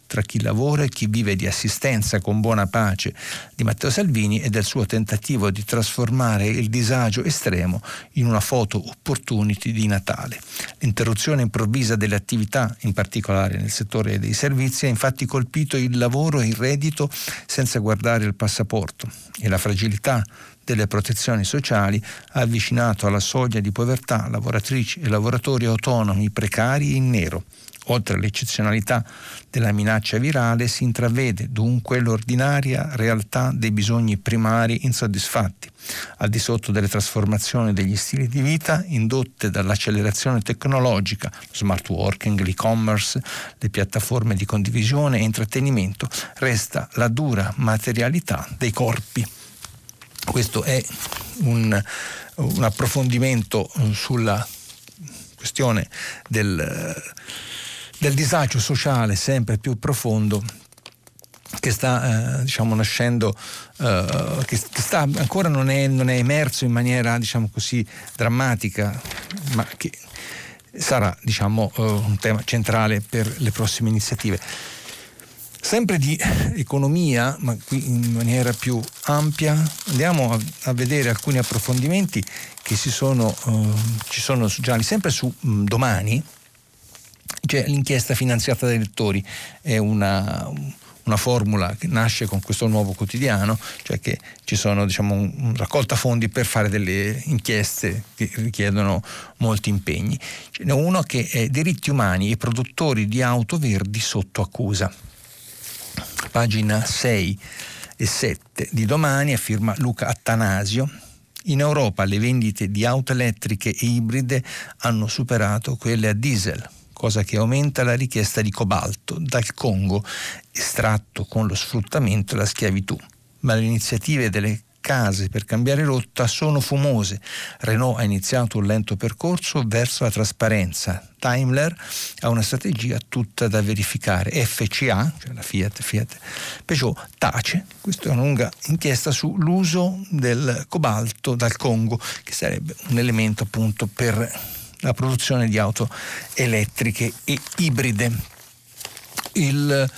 tra chi lavora e chi vive di assistenza con buona pace di Matteo Salvini e del suo tentativo di trasformare il disagio estremo in una photo opportunity di Natale. L'interruzione improvvisa delle attività, in particolare nel settore dei servizi, ha infatti colpito il lavoro e il reddito senza guardare il passaporto, e la fragilità delle protezioni sociali ha avvicinato alla soglia di povertà lavoratrici e lavoratori autonomi, precari e in nero. Oltre all'eccezionalità della minaccia virale si intravede dunque l'ordinaria realtà dei bisogni primari insoddisfatti, al di sotto delle trasformazioni degli stili di vita indotte dall'accelerazione tecnologica, lo smart working, l'e-commerce, le piattaforme di condivisione e intrattenimento. Resta la dura materialità dei corpi. Questo è un, un approfondimento sulla questione del, del disagio sociale sempre più profondo che sta eh, diciamo nascendo, eh, che, che sta ancora non è, non è emerso in maniera diciamo così drammatica, ma che sarà diciamo eh, un tema centrale per le prossime iniziative. Sempre di economia, ma qui in maniera più ampia, andiamo a, a vedere alcuni approfondimenti che si sono, uh, ci sono già sempre su um, Domani. C'è l'inchiesta finanziata dai lettori, è una, una formula che nasce con questo nuovo quotidiano, cioè che ci sono diciamo un, un raccolta fondi per fare delle inchieste che richiedono molti impegni. Ce n'è uno che è diritti umani e produttori di auto verdi sotto accusa. Pagina sei e sette di Domani, a firma Luca Attanasio. In Europa le vendite di auto elettriche e ibride hanno superato quelle a diesel, cosa che aumenta la richiesta di cobalto dal Congo, estratto con lo sfruttamento e la schiavitù. Ma le iniziative delle case per cambiare rotta sono fumose. Renault ha iniziato un lento percorso verso la trasparenza. Daimler ha una strategia tutta da verificare. F C A, cioè la Fiat, Fiat Peugeot, tace. Questa è una lunga inchiesta sull'uso del cobalto dal Congo, che sarebbe un elemento appunto per la produzione di auto elettriche e ibride. Il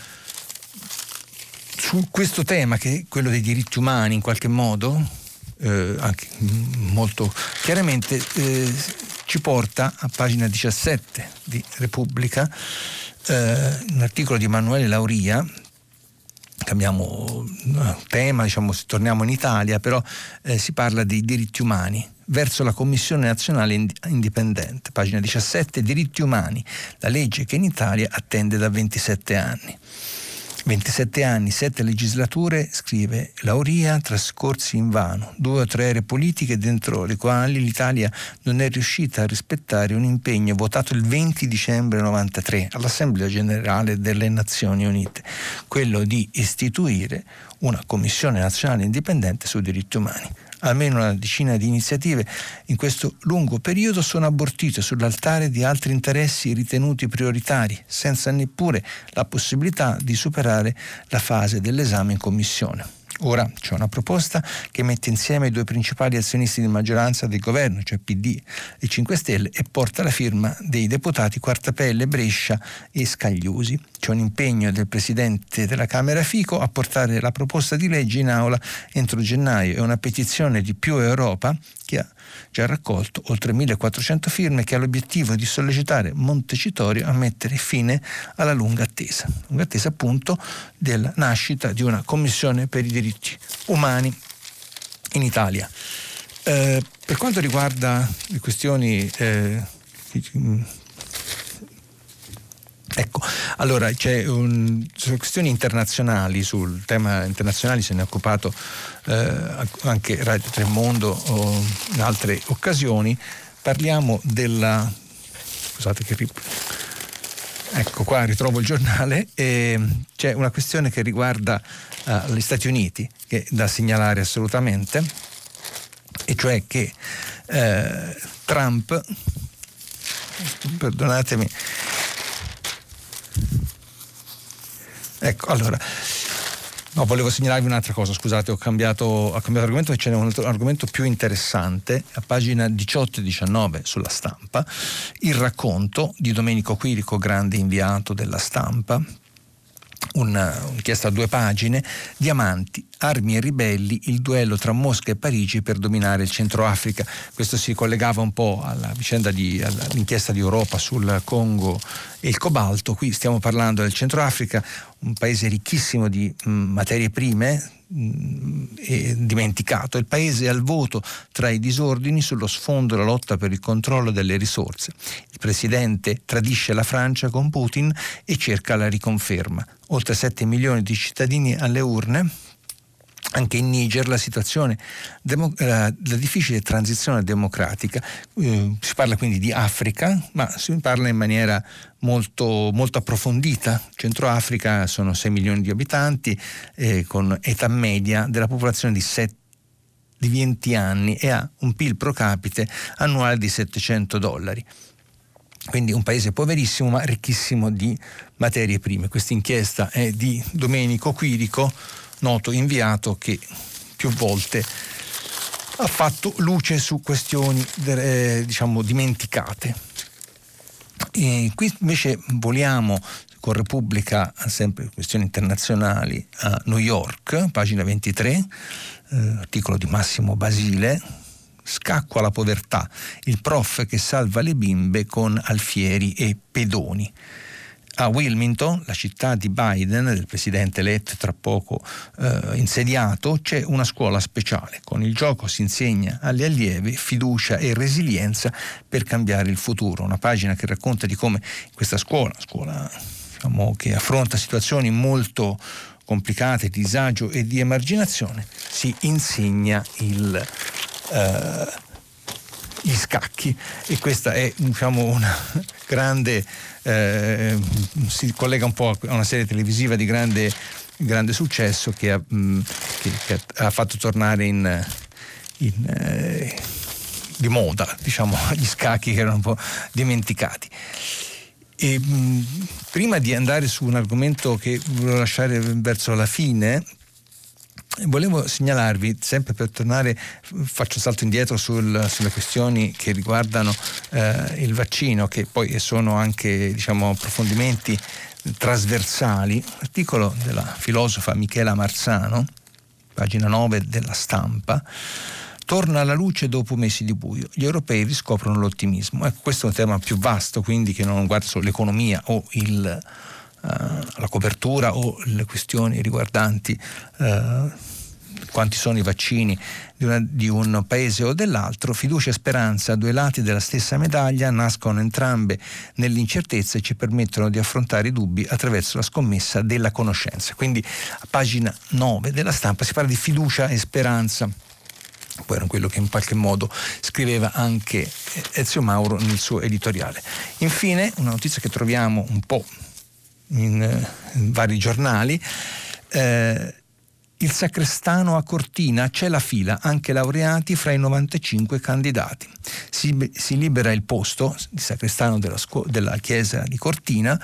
Su questo tema, che è quello dei diritti umani in qualche modo, eh, anche molto chiaramente, eh, ci porta a pagina diciassette di Repubblica, eh, un articolo di Emanuele Lauria. Cambiamo tema, diciamo, torniamo in Italia, però eh, si parla dei diritti umani verso la Commissione Nazionale Indipendente. Pagina diciassette, diritti umani, la legge che in Italia attende da ventisette anni. ventisette anni, sette legislature, scrive Lauria, trascorsi invano, due o tre aree politiche dentro le quali l'Italia non è riuscita a rispettare un impegno votato il venti dicembre novantatré all'Assemblea Generale delle Nazioni Unite, quello di istituire una Commissione Nazionale Indipendente sui diritti umani. Almeno una decina di iniziative in questo lungo periodo sono abortite sull'altare di altri interessi ritenuti prioritari, senza neppure la possibilità di superare la fase dell'esame in commissione. Ora c'è una proposta che mette insieme i due principali azionisti di maggioranza del governo, cioè P D e cinque Stelle, e porta la firma dei deputati Quartapelle, Brescia e Scagliusi. C'è un impegno del presidente della Camera Fico a portare la proposta di legge in aula entro gennaio e una petizione di Più Europa che ha già raccolto oltre millequattrocento firme, che ha l'obiettivo di sollecitare Montecitorio a mettere fine alla lunga attesa, lunga attesa appunto della nascita di una commissione per i diritti umani in Italia. Eh, per quanto riguarda le questioni eh, ecco, allora c'è un, sulle questioni internazionali, sul tema internazionali se ne è occupato eh, anche Radio Tremondo o in altre occasioni. Parliamo della scusate che rip... ecco qua ritrovo il giornale, e c'è una questione che riguarda uh, gli Stati Uniti che è da segnalare assolutamente, e cioè che eh, Trump, perdonatemi, ecco, allora, no, volevo segnalarvi un'altra cosa, scusate, ho cambiato, ho cambiato argomento, perché ce n'è un altro argomento più interessante, a pagina diciotto e diciannove sulla Stampa, il racconto di Domenico Quirico, grande inviato della Stampa, Una, un'inchiesta a due pagine, diamanti, armi e ribelli, il duello tra Mosca e Parigi per dominare il Centro Africa. Questo si collegava un po' alla vicenda di, all'inchiesta di Europa sul Congo e il cobalto. Qui stiamo parlando del Centro Africa, un paese ricchissimo di mh, materie prime, e dimenticato. Il paese è al voto tra i disordini sullo sfondo della lotta per il controllo delle risorse. Il presidente tradisce la Francia con Putin e cerca la riconferma. Oltre sette milioni di cittadini alle urne. Anche in Niger la situazione, demo, la, la difficile transizione democratica, eh, si parla quindi di Africa, ma si parla in maniera molto, molto approfondita. Centro Africa sono sei milioni di abitanti, eh, con età media della popolazione di, set, di venti anni e ha un P I L pro capite annuale di settecento dollari. Quindi un paese poverissimo ma ricchissimo di materie prime. Questa inchiesta è di Domenico Quirico, noto inviato che più volte ha fatto luce su questioni eh, diciamo dimenticate. E qui invece voliamo con Repubblica, sempre questioni internazionali, a New York, pagina ventitré, eh, articolo di Massimo Basile. Scacco alla povertà, il prof che salva le bimbe con alfieri e pedoni. A Wilmington, la città di Biden, del presidente eletto tra poco eh, insediato, c'è una scuola speciale. Con il gioco si insegna alle allieve fiducia e resilienza per cambiare il futuro. Una pagina che racconta di come questa scuola, scuola diciamo, che affronta situazioni molto complicate, di disagio e di emarginazione, si insegna il eh, gli scacchi, e questa è diciamo una grande eh, si collega un po' a una serie televisiva di grande, grande successo che ha, mh, che, che ha fatto tornare in, in eh, di moda diciamo gli scacchi che erano un po' dimenticati. E, mh, prima di andare su un argomento che volevo lasciare verso la fine, volevo segnalarvi, sempre per tornare, faccio salto indietro sul, sulle questioni che riguardano eh, il vaccino, che poi sono anche diciamo approfondimenti trasversali. L'articolo della filosofa Michela Marzano, pagina nove della Stampa, torna alla luce dopo mesi di buio, gli europei riscoprono l'ottimismo. Ecco, questo è un tema più vasto, quindi, che non riguarda solo l'economia o il Uh, la copertura o le questioni riguardanti uh, quanti sono i vaccini di, una, di un paese o dell'altro. Fiducia e speranza, due lati della stessa medaglia, nascono entrambe nell'incertezza e ci permettono di affrontare i dubbi attraverso la scommessa della conoscenza. Quindi a pagina nove della Stampa si parla di fiducia e speranza. Poi era quello che in qualche modo scriveva anche Ezio Mauro nel suo editoriale. Infine una notizia che troviamo un po' In, in vari giornali, eh, il sacrestano a Cortina, c'è la fila, anche laureati fra i novantacinque candidati. Si, si libera il posto di sacrestano della, scu- della chiesa di Cortina.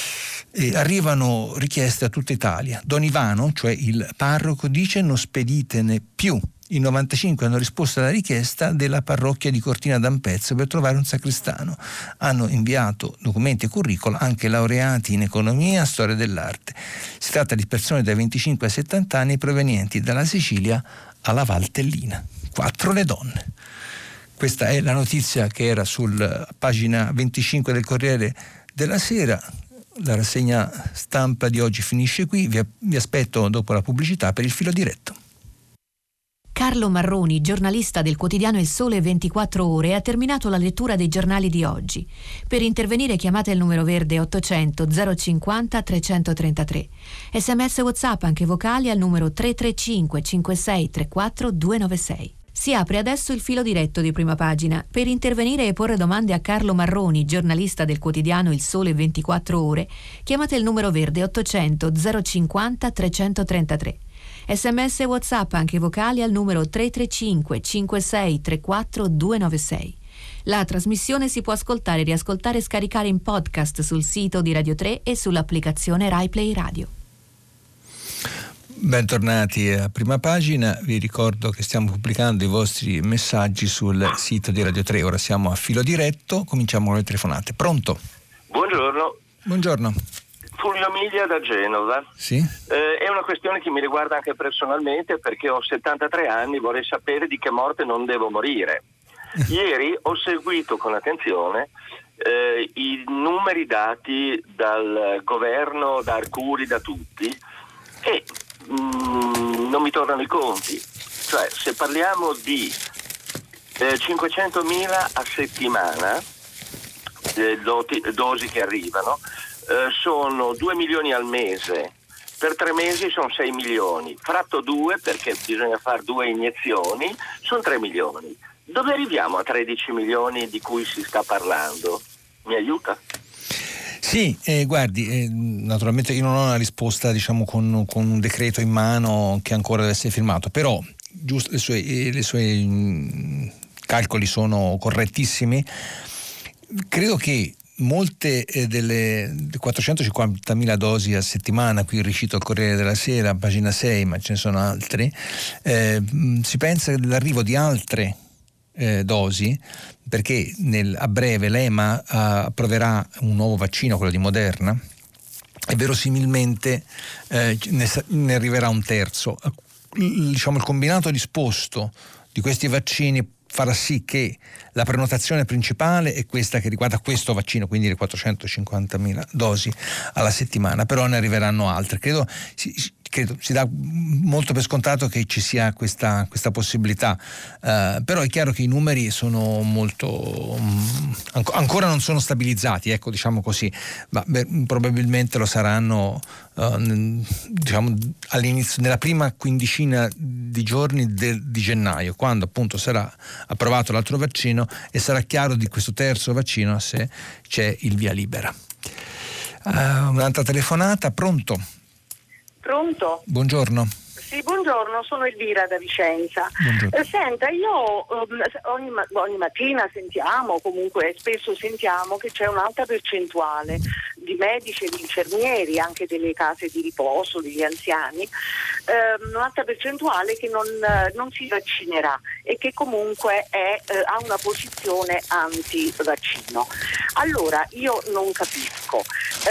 E arrivano richieste a tutta Italia. Don Ivano, cioè il parroco, dice: non speditene più. I novantacinque hanno risposto alla richiesta della parrocchia di Cortina d'Ampezzo per trovare un sacrestano. Hanno inviato documenti e curricula anche laureati in economia e storia dell'arte. Si tratta di persone dai venticinque ai settanta anni provenienti dalla Sicilia alla Valtellina. Quattro le donne. Questa è la notizia che era sul pagina venticinque del Corriere della Sera. La rassegna stampa di oggi finisce qui. Vi, vi aspetto dopo la pubblicità per il filo diretto. Carlo Marroni, giornalista del quotidiano Il Sole ventiquattro Ore, ha terminato la lettura dei giornali di oggi. Per intervenire chiamate il numero verde ottocento zero cinquanta trecentotrentatré. Sms WhatsApp anche vocali al numero tre tre cinque cinque sei tre quattro due nove sei. Si apre adesso il filo diretto di Prima Pagina. Per intervenire e porre domande a Carlo Marroni, giornalista del quotidiano Il Sole ventiquattro Ore, chiamate il numero verde ottocento zero cinquanta trecentotrentatré. Sms WhatsApp anche vocali al numero tre tre cinque cinque sei tre quattro due nove sei. La trasmissione si può ascoltare, riascoltare e scaricare in podcast sul sito di Radio tre e sull'applicazione Rai Play Radio. Bentornati a Prima Pagina, vi ricordo che stiamo pubblicando i vostri messaggi sul sito di Radio tre. Ora siamo a filo diretto, cominciamo con le telefonate. Pronto? Buongiorno. Buongiorno. Fulvio Miglia da Genova. Sì? Eh, è una questione che mi riguarda anche personalmente, perché ho settantatré anni, vorrei sapere di che morte non devo morire. Ieri ho seguito con attenzione eh, i numeri dati dal governo, da Arcuri, da tutti, e mm, non mi tornano i conti. Cioè, se parliamo di eh, cinquecentomila a settimana, eh, doti, dosi che arrivano, eh, sono due milioni al mese, per tre mesi sono sei milioni, fratto due perché bisogna fare due iniezioni, sono tre milioni. Dove arriviamo a tredici milioni di cui si sta parlando? Mi aiuta? Sì, eh, guardi, eh, naturalmente io non ho una risposta, diciamo, con, con un decreto in mano che ancora deve essere firmato, però giusto, le sue, eh, le sue mh, calcoli sono correttissimi. Credo che molte eh, delle quattrocentocinquantamila dosi a settimana, qui riuscito al Corriere della Sera, pagina sei, ma ce ne sono altri, eh, si pensa all'arrivo di altre eh, dosi, perché nel, a breve l'E M A uh, approverà un nuovo vaccino, quello di Moderna, e verosimilmente eh, ne, ne arriverà un terzo. Il, diciamo, il combinato disposto di questi vaccini farà sì che la prenotazione principale è questa che riguarda questo vaccino, quindi le quattrocentocinquantamila dosi alla settimana, però ne arriveranno altre. Credo si, credo si dà molto per scontato che ci sia questa, questa possibilità, uh, però è chiaro che i numeri sono molto um, anco, ancora non sono stabilizzati, ecco, diciamo così, ma beh, probabilmente lo saranno uh, diciamo all'inizio, nella prima quindicina di giorni del, di gennaio, quando appunto sarà approvato l'altro vaccino e sarà chiaro di questo terzo vaccino se c'è il via libera. Uh, un'altra telefonata, pronto? Pronto? Buongiorno. Sì, buongiorno, sono Elvira da Vicenza. Eh, senta, io um, ogni, ogni mattina sentiamo, comunque spesso sentiamo che c'è un'alta percentuale di medici e di infermieri, anche delle case di riposo, degli anziani, ehm, un'alta percentuale che non, non si vaccinerà e che comunque è, eh, ha una posizione anti-vaccino. Allora, io non capisco,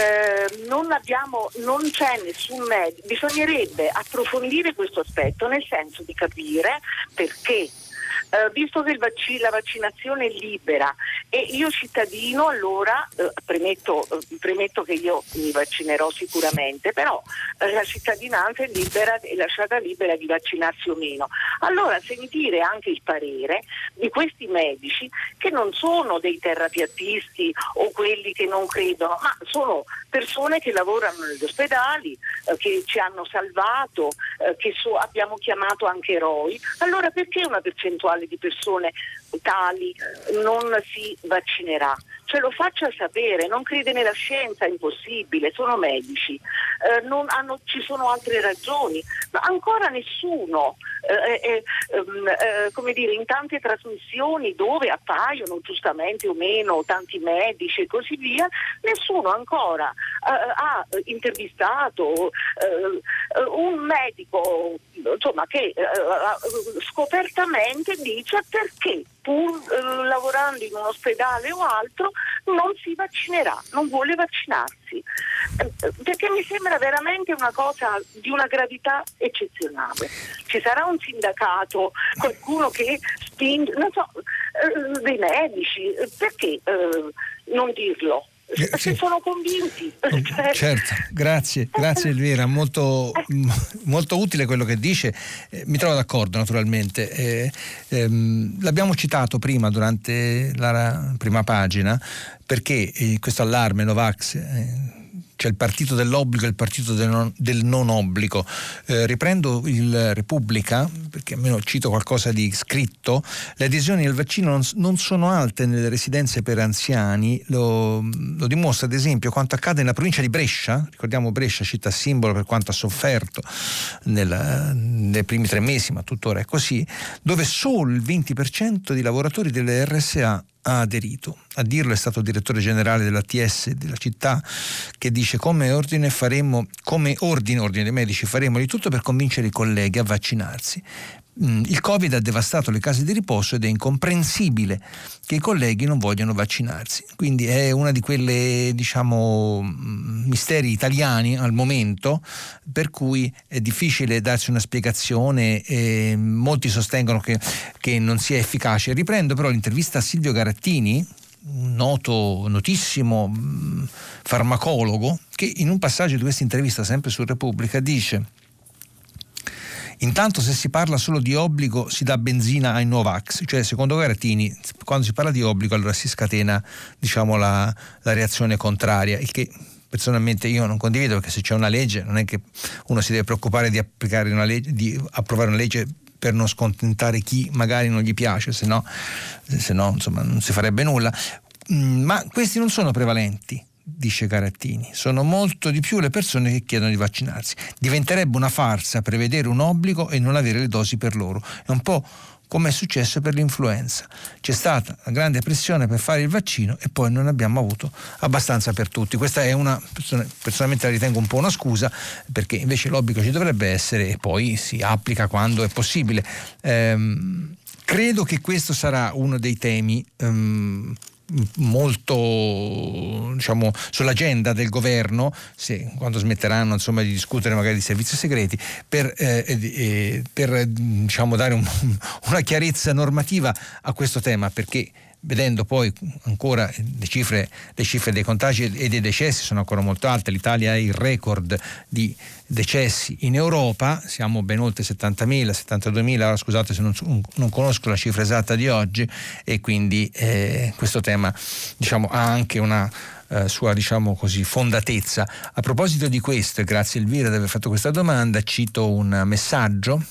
eh, non abbiamo, non c'è nessun medico, bisognerebbe approfondire questo aspetto, nel senso di capire perché, eh, visto che il vac- la vaccinazione è libera e io cittadino, allora eh, premetto, eh, premetto che io mi vaccinerò sicuramente, però eh, la cittadinanza è libera, è lasciata libera di vaccinarsi o meno. Allora sentire anche il parere di questi medici, che non sono dei terrapiattisti o quelli che non credono, ma sono persone che lavorano negli ospedali, eh, che ci hanno salvato, eh, che so, abbiamo chiamato anche eroi. Allora perché una percentuale di persone tali non si vaccinerà? Cioè lo faccia sapere, non crede nella scienza, è impossibile, sono medici, eh, non hanno, ci sono altre ragioni, ma ancora nessuno, eh, eh, eh, come dire, in tante trasmissioni dove appaiono giustamente o meno tanti medici e così via, nessuno ancora eh, ha intervistato eh, un medico, insomma, che eh, scopertamente dice perché pur eh, lavorando in un ospedale o altro non si vaccinerà, non vuole vaccinarsi, eh, perché mi sembra veramente una cosa di una gravità eccezionale. Ci sarà un sindacato, qualcuno che spinge, non so, eh, dei medici, perché eh, non dirlo? Perché sì, sono convinti. Cioè... Certo, grazie, grazie Elvira, molto, molto utile quello che dice, eh, mi trovo d'accordo naturalmente. Eh, ehm, l'abbiamo citato prima durante la prima pagina perché eh, questo allarme Novax, eh, c'è il partito dell'obbligo e il partito del non, del non obbligo. Eh, riprendo il Repubblica, perché almeno cito qualcosa di scritto. Le adesioni al vaccino non, non sono alte nelle residenze per anziani, lo, lo dimostra ad esempio quanto accade nella provincia di Brescia, ricordiamo Brescia, città simbolo per quanto ha sofferto nel, nei primi tre mesi, ma tuttora è così, dove solo il venti per cento di lavoratori delle R S A ha aderito. A dirlo è stato il direttore generale dell'A T S della città, che dice: come ordine faremo come ordine ordine dei medici faremo di tutto per convincere i colleghi a vaccinarsi. Il Covid ha devastato le case di riposo ed è incomprensibile che i colleghi non vogliano vaccinarsi. Quindi è una di quelle, diciamo, misteri italiani al momento, per cui è difficile darsi una spiegazione e molti sostengono che, che non sia efficace. Riprendo però l'intervista a Silvio Garattini, un noto, notissimo farmacologo, che in un passaggio di questa intervista, sempre su Repubblica, dice: intanto se si parla solo di obbligo si dà benzina ai Novax, cioè secondo Garattini quando si parla di obbligo allora si scatena, diciamo, la, la reazione contraria, il che personalmente io non condivido, perché se c'è una legge non è che uno si deve preoccupare di applicare una legge, di approvare una legge per non scontentare chi magari non gli piace, se no, se no insomma non si farebbe nulla. Ma questi non sono prevalenti, dice Garattini, sono molto di più le persone che chiedono di vaccinarsi. Diventerebbe una farsa prevedere un obbligo e non avere le dosi per loro. È un po' come è successo per l'influenza. C'è stata una grande pressione per fare il vaccino e poi non abbiamo avuto abbastanza per tutti. Questa è una, personalmente la ritengo un po' una scusa, perché invece l'obbligo ci dovrebbe essere e poi si applica quando è possibile. Ehm, credo che questo sarà uno dei temi ehm, molto, diciamo, sull'agenda del governo, se, quando smetteranno insomma di discutere magari di servizi segreti, per, eh, eh, per diciamo dare un, una chiarezza normativa a questo tema, perché vedendo poi ancora le cifre, le cifre dei contagi e dei decessi sono ancora molto alte. L'Italia ha il record di decessi in Europa, siamo ben oltre settantamila, settantaduemila, ora scusate se non, non conosco la cifra esatta di oggi, e quindi eh, questo tema, diciamo, ha anche una eh, sua, diciamo così, fondatezza. A proposito di questo, e grazie Elvira di aver fatto questa domanda, cito un messaggio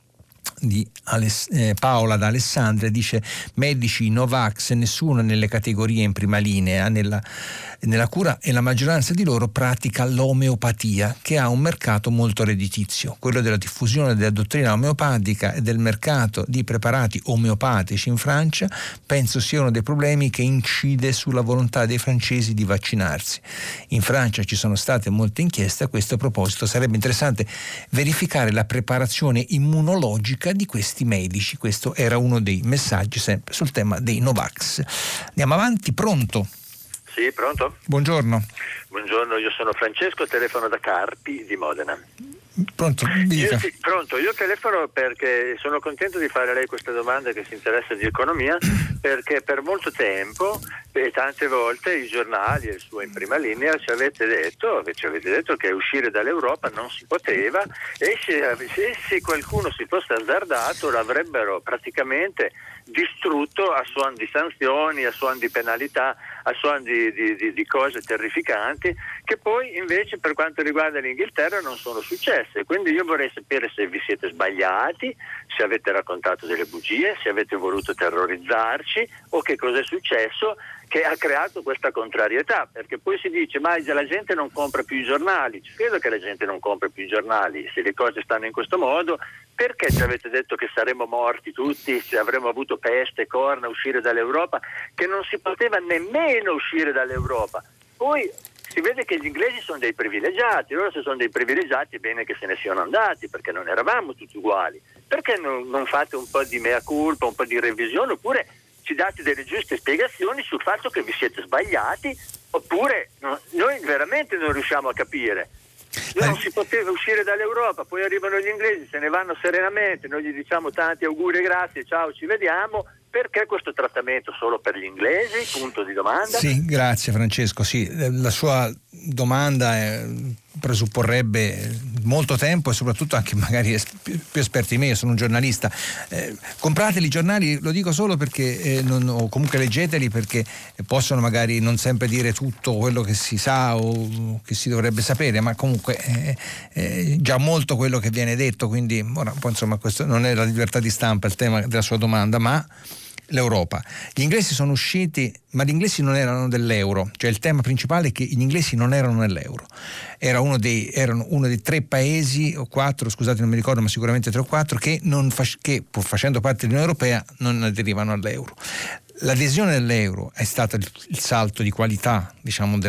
di Aless- eh, Paola da Alessandria, dice: medici, Novax, nessuno nelle categorie in prima linea nella, nella cura, e la maggioranza di loro pratica l'omeopatia, che ha un mercato molto redditizio. Quello della diffusione della dottrina omeopatica e del mercato di preparati omeopatici in Francia penso sia uno dei problemi che incide sulla volontà dei francesi di vaccinarsi. In Francia ci sono state molte inchieste a questo proposito, sarebbe interessante verificare la preparazione immunologica di questi medici. Questo era uno dei messaggi sempre sul tema dei Novax. Andiamo avanti, pronto? Sì, pronto? Buongiorno. Buongiorno, io sono Francesco, telefono da Carpi di Modena. Pronto? Io, sì, pronto, io telefono perché sono contento di fare a lei questa domanda che si interessa di economia, perché per molto tempo e tante volte i giornali e il suo in prima linea ci avete detto, ci avete detto che uscire dall'Europa non si poteva, e se, se qualcuno si fosse azzardato l'avrebbero praticamente distrutto a suon di sanzioni, a suon di penalità, a suon di, di, di, di cose terrificanti, che poi invece per quanto riguarda l'Inghilterra non sono successe. Quindi io vorrei sapere se vi siete sbagliati, se avete raccontato delle bugie, se avete voluto terrorizzarci, o che cosa è successo che ha creato questa contrarietà, perché poi si dice ma la gente non compra più i giornali. Ci credo che la gente non compra più i giornali, se le cose stanno in questo modo. Perché ci avete detto che saremmo morti tutti, se avremmo avuto peste, corna, uscire dall'Europa, che non si poteva nemmeno uscire dall'Europa? Poi si vede che gli inglesi sono dei privilegiati, loro se sono dei privilegiati è bene che se ne siano andati, perché non eravamo tutti uguali. Perché non, non fate un po' di mea culpa, un po' di revisione, oppure ci date delle giuste spiegazioni sul fatto che vi siete sbagliati, oppure no, noi veramente non riusciamo a capire. Non si poteva uscire dall'Europa, poi arrivano gli inglesi, se ne vanno serenamente, noi gli diciamo tanti auguri e grazie, ciao, ci vediamo. Perché questo trattamento solo per gli inglesi? Punto di domanda. Sì, grazie Francesco. Sì, la sua domanda è, presupporrebbe molto tempo e soprattutto anche magari es- più esperti di me. Io sono un giornalista. Eh, comprateli i giornali, lo dico solo perché eh, non, o comunque leggeteli, perché possono magari non sempre dire tutto quello che si sa o che si dovrebbe sapere, ma comunque è eh, eh, già molto quello che viene detto. Quindi ora, poi, insomma, questo non è la libertà di stampa il tema della sua domanda, ma l'Europa. Gli inglesi sono usciti, ma gli inglesi non erano dell'euro, cioè il tema principale è che gli inglesi non erano nell'euro. Era uno dei, erano uno dei tre paesi o quattro, scusate non mi ricordo, ma sicuramente tre o quattro che, non fac- che pur facendo parte dell'Unione Europea non aderivano all'euro. L'adesione all'euro è stato il, il salto di qualità, diciamo, del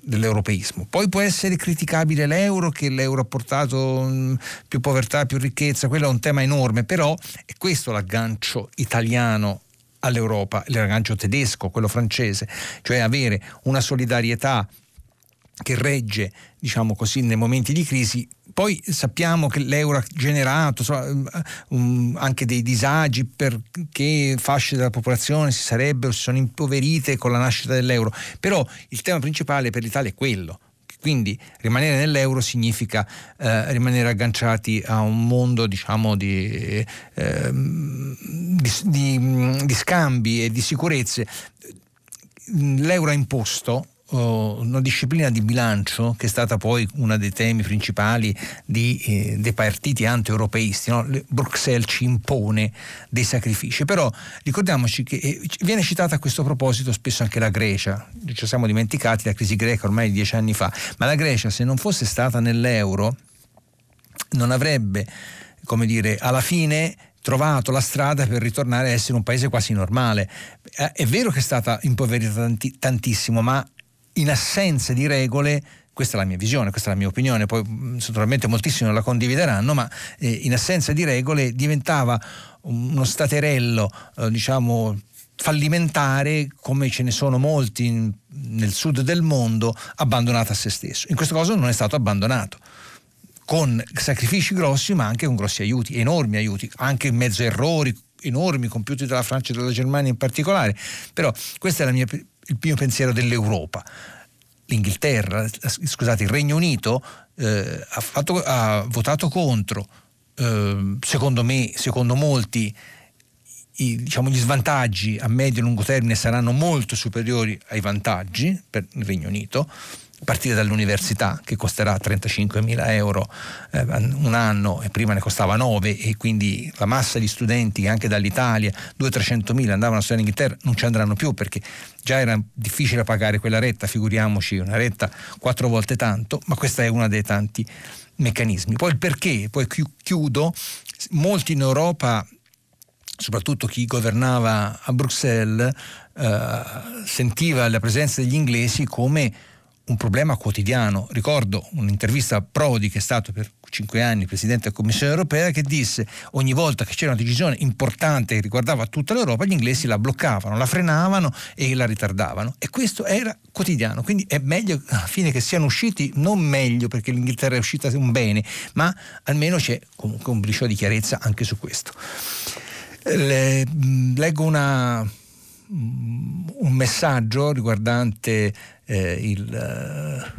dell'europeismo. Poi può essere criticabile l'euro, che l'euro ha portato mh, più povertà, più ricchezza, quello è un tema enorme, però è questo l'aggancio italiano all'Europa, l'aggancio tedesco, quello francese, cioè avere una solidarietà che regge, diciamo così, nei momenti di crisi. Poi sappiamo che l'euro ha generato insomma, um, anche dei disagi, perché fasce della popolazione si sarebbero, si sono impoverite con la nascita dell'euro, però il tema principale per l'Italia è quello. Quindi rimanere nell'euro significa eh, rimanere agganciati a un mondo, diciamo, di, eh, di, di, di scambi e di sicurezze. L'euro ha imposto una disciplina di bilancio che è stata poi uno dei temi principali di, eh, dei partiti anti-europeisti, no? Bruxelles ci impone dei sacrifici, però ricordiamoci che eh, viene citata a questo proposito spesso anche la Grecia. Ci siamo dimenticati la crisi greca ormai dieci anni fa, ma la Grecia, se non fosse stata nell'euro, non avrebbe, come dire, alla fine trovato la strada per ritornare a essere un paese quasi normale. Eh, è vero che è stata impoverita tanti, tantissimo, ma in assenza di regole, questa è la mia visione, questa è la mia opinione, poi naturalmente moltissimi non la condivideranno, ma eh, in assenza di regole diventava uno staterello, eh, diciamo, fallimentare, come ce ne sono molti in, nel sud del mondo, abbandonato a se stesso. In questo caso non è stato abbandonato, con sacrifici grossi, ma anche con grossi aiuti, enormi aiuti, anche in mezzo a errori enormi compiuti dalla Francia e dalla Germania in particolare. Però questo è la mia, il mio pensiero dell'Europa. L'Inghilterra, scusate, il Regno Unito eh, ha, fatto, ha votato contro, eh, secondo me, secondo molti, i, diciamo, gli svantaggi a medio e lungo termine saranno molto superiori ai vantaggi per il Regno Unito, a partire dall'università, che costerà trentacinquemila euro eh, un anno, e prima ne costava nove, e quindi la massa di studenti anche dall'Italia, duecento-trecentomila, andavano a studiare in Inghilterra, non ci andranno più, perché già era difficile pagare quella retta, figuriamoci una retta quattro volte tanto, ma questa è una dei tanti meccanismi. Poi il perché, poi chiudo, molti in Europa, soprattutto chi governava a Bruxelles, eh, sentiva la presenza degli inglesi come un problema quotidiano. Ricordo un'intervista a Prodi, che è stato per cinque anni presidente della Commissione europea, che disse: ogni volta che c'era una decisione importante che riguardava tutta l'Europa, gli inglesi la bloccavano, la frenavano e la ritardavano, e questo era quotidiano. Quindi è meglio alla fine che siano usciti, non meglio perché l'Inghilterra è uscita un bene, ma almeno c'è comunque un briciolo di chiarezza anche su questo. Le, leggo una un messaggio riguardante eh, il,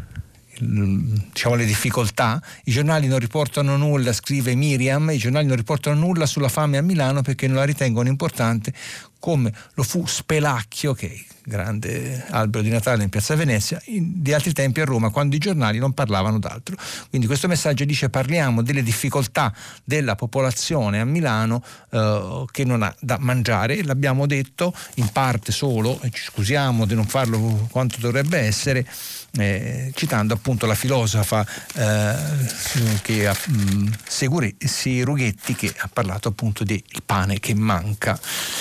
il, diciamo, le difficoltà. I giornali non riportano nulla, scrive Miriam, i giornali non riportano nulla sulla fame a Milano perché non la ritengono importante come lo fu Spelacchio, che è il grande albero di Natale in Piazza Venezia, in, di altri tempi a Roma, quando i giornali non parlavano d'altro. Quindi questo messaggio dice: parliamo delle difficoltà della popolazione a Milano eh, che non ha da mangiare. L'abbiamo detto in parte solo, e ci scusiamo di non farlo quanto dovrebbe essere, eh, citando appunto la filosofa eh, che ha, mh, Segure, Serughetti, che ha parlato appunto del pane che manca.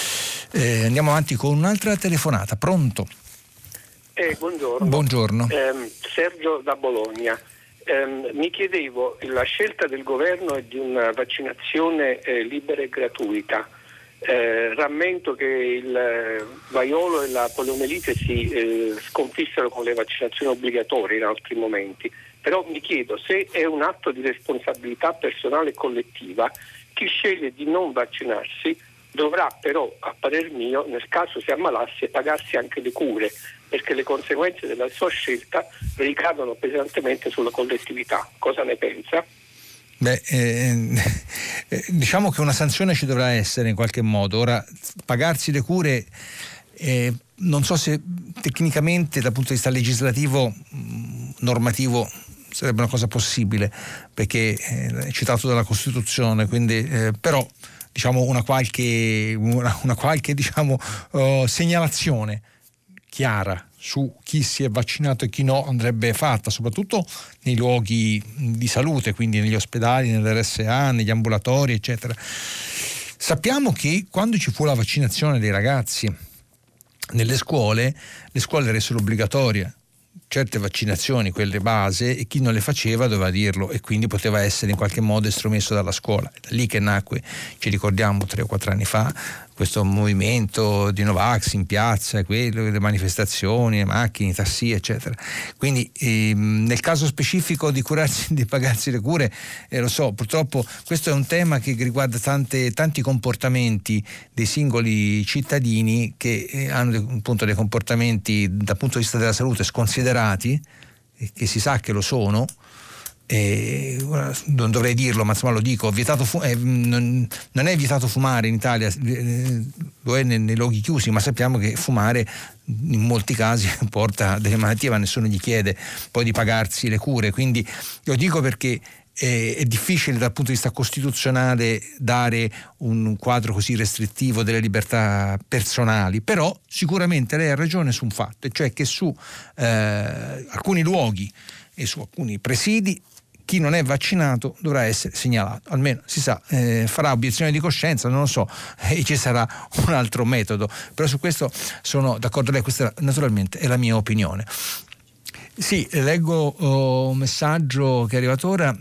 Eh, andiamo avanti con un'altra telefonata. Pronto? Eh, buongiorno. Buongiorno. Eh, Sergio da Bologna. Eh, mi chiedevo, la scelta del governo è di una vaccinazione eh, libera e gratuita. Eh, rammento che il eh, vaiolo e la poliomielite si eh, sconfissero con le vaccinazioni obbligatorie in altri momenti. Però mi chiedo, se è un atto di responsabilità personale e collettiva, chi sceglie di non vaccinarsi dovrà però, a parer mio, nel caso si ammalasse, pagarsi anche le cure, perché le conseguenze della sua scelta ricadono pesantemente sulla collettività. Cosa ne pensa? Beh, eh, eh, diciamo che una sanzione ci dovrà essere in qualche modo. Ora, pagarsi le cure, eh, non so se tecnicamente dal punto di vista legislativo, mh, normativo, sarebbe una cosa possibile, perché eh, è citato dalla Costituzione, quindi eh, però diciamo una qualche una, una qualche diciamo uh, segnalazione chiara su chi si è vaccinato e chi no andrebbe fatta, soprattutto nei luoghi di salute, quindi negli ospedali, nell'R S A, negli ambulatori, eccetera. Sappiamo che quando ci fu la vaccinazione dei ragazzi nelle scuole, le scuole resero obbligatorie certe vaccinazioni, quelle base, e chi non le faceva doveva dirlo, e quindi poteva essere in qualche modo estromesso dalla scuola. È da lì che nacque, ci ricordiamo, tre o quattro anni fa, questo movimento di Novax in piazza, quello, le manifestazioni, le macchine, i tassi, eccetera. Quindi ehm, nel caso specifico di curarsi, di pagarsi le cure, eh, lo so, purtroppo questo è un tema che riguarda tante, tanti comportamenti dei singoli cittadini che eh, hanno appunto dei comportamenti dal punto di vista della salute sconsiderati, eh, che si sa che lo sono. Eh, non dovrei dirlo, ma insomma lo dico, vietato fu- eh, non, non è vietato fumare in Italia, eh, lo è nei, nei luoghi chiusi, ma sappiamo che fumare in molti casi porta delle malattie, ma nessuno gli chiede poi di pagarsi le cure. Quindi lo dico perché eh, è difficile dal punto di vista costituzionale dare un quadro così restrittivo delle libertà personali, però sicuramente lei ha ragione su un fatto, e cioè che su eh, alcuni luoghi e su alcuni presidi chi non è vaccinato dovrà essere segnalato, almeno si sa, eh, farà obiezione di coscienza, non lo so, e ci sarà un altro metodo, però su questo sono d'accordo lei, questa naturalmente è la mia opinione. Sì, leggo oh, un messaggio che è arrivato ora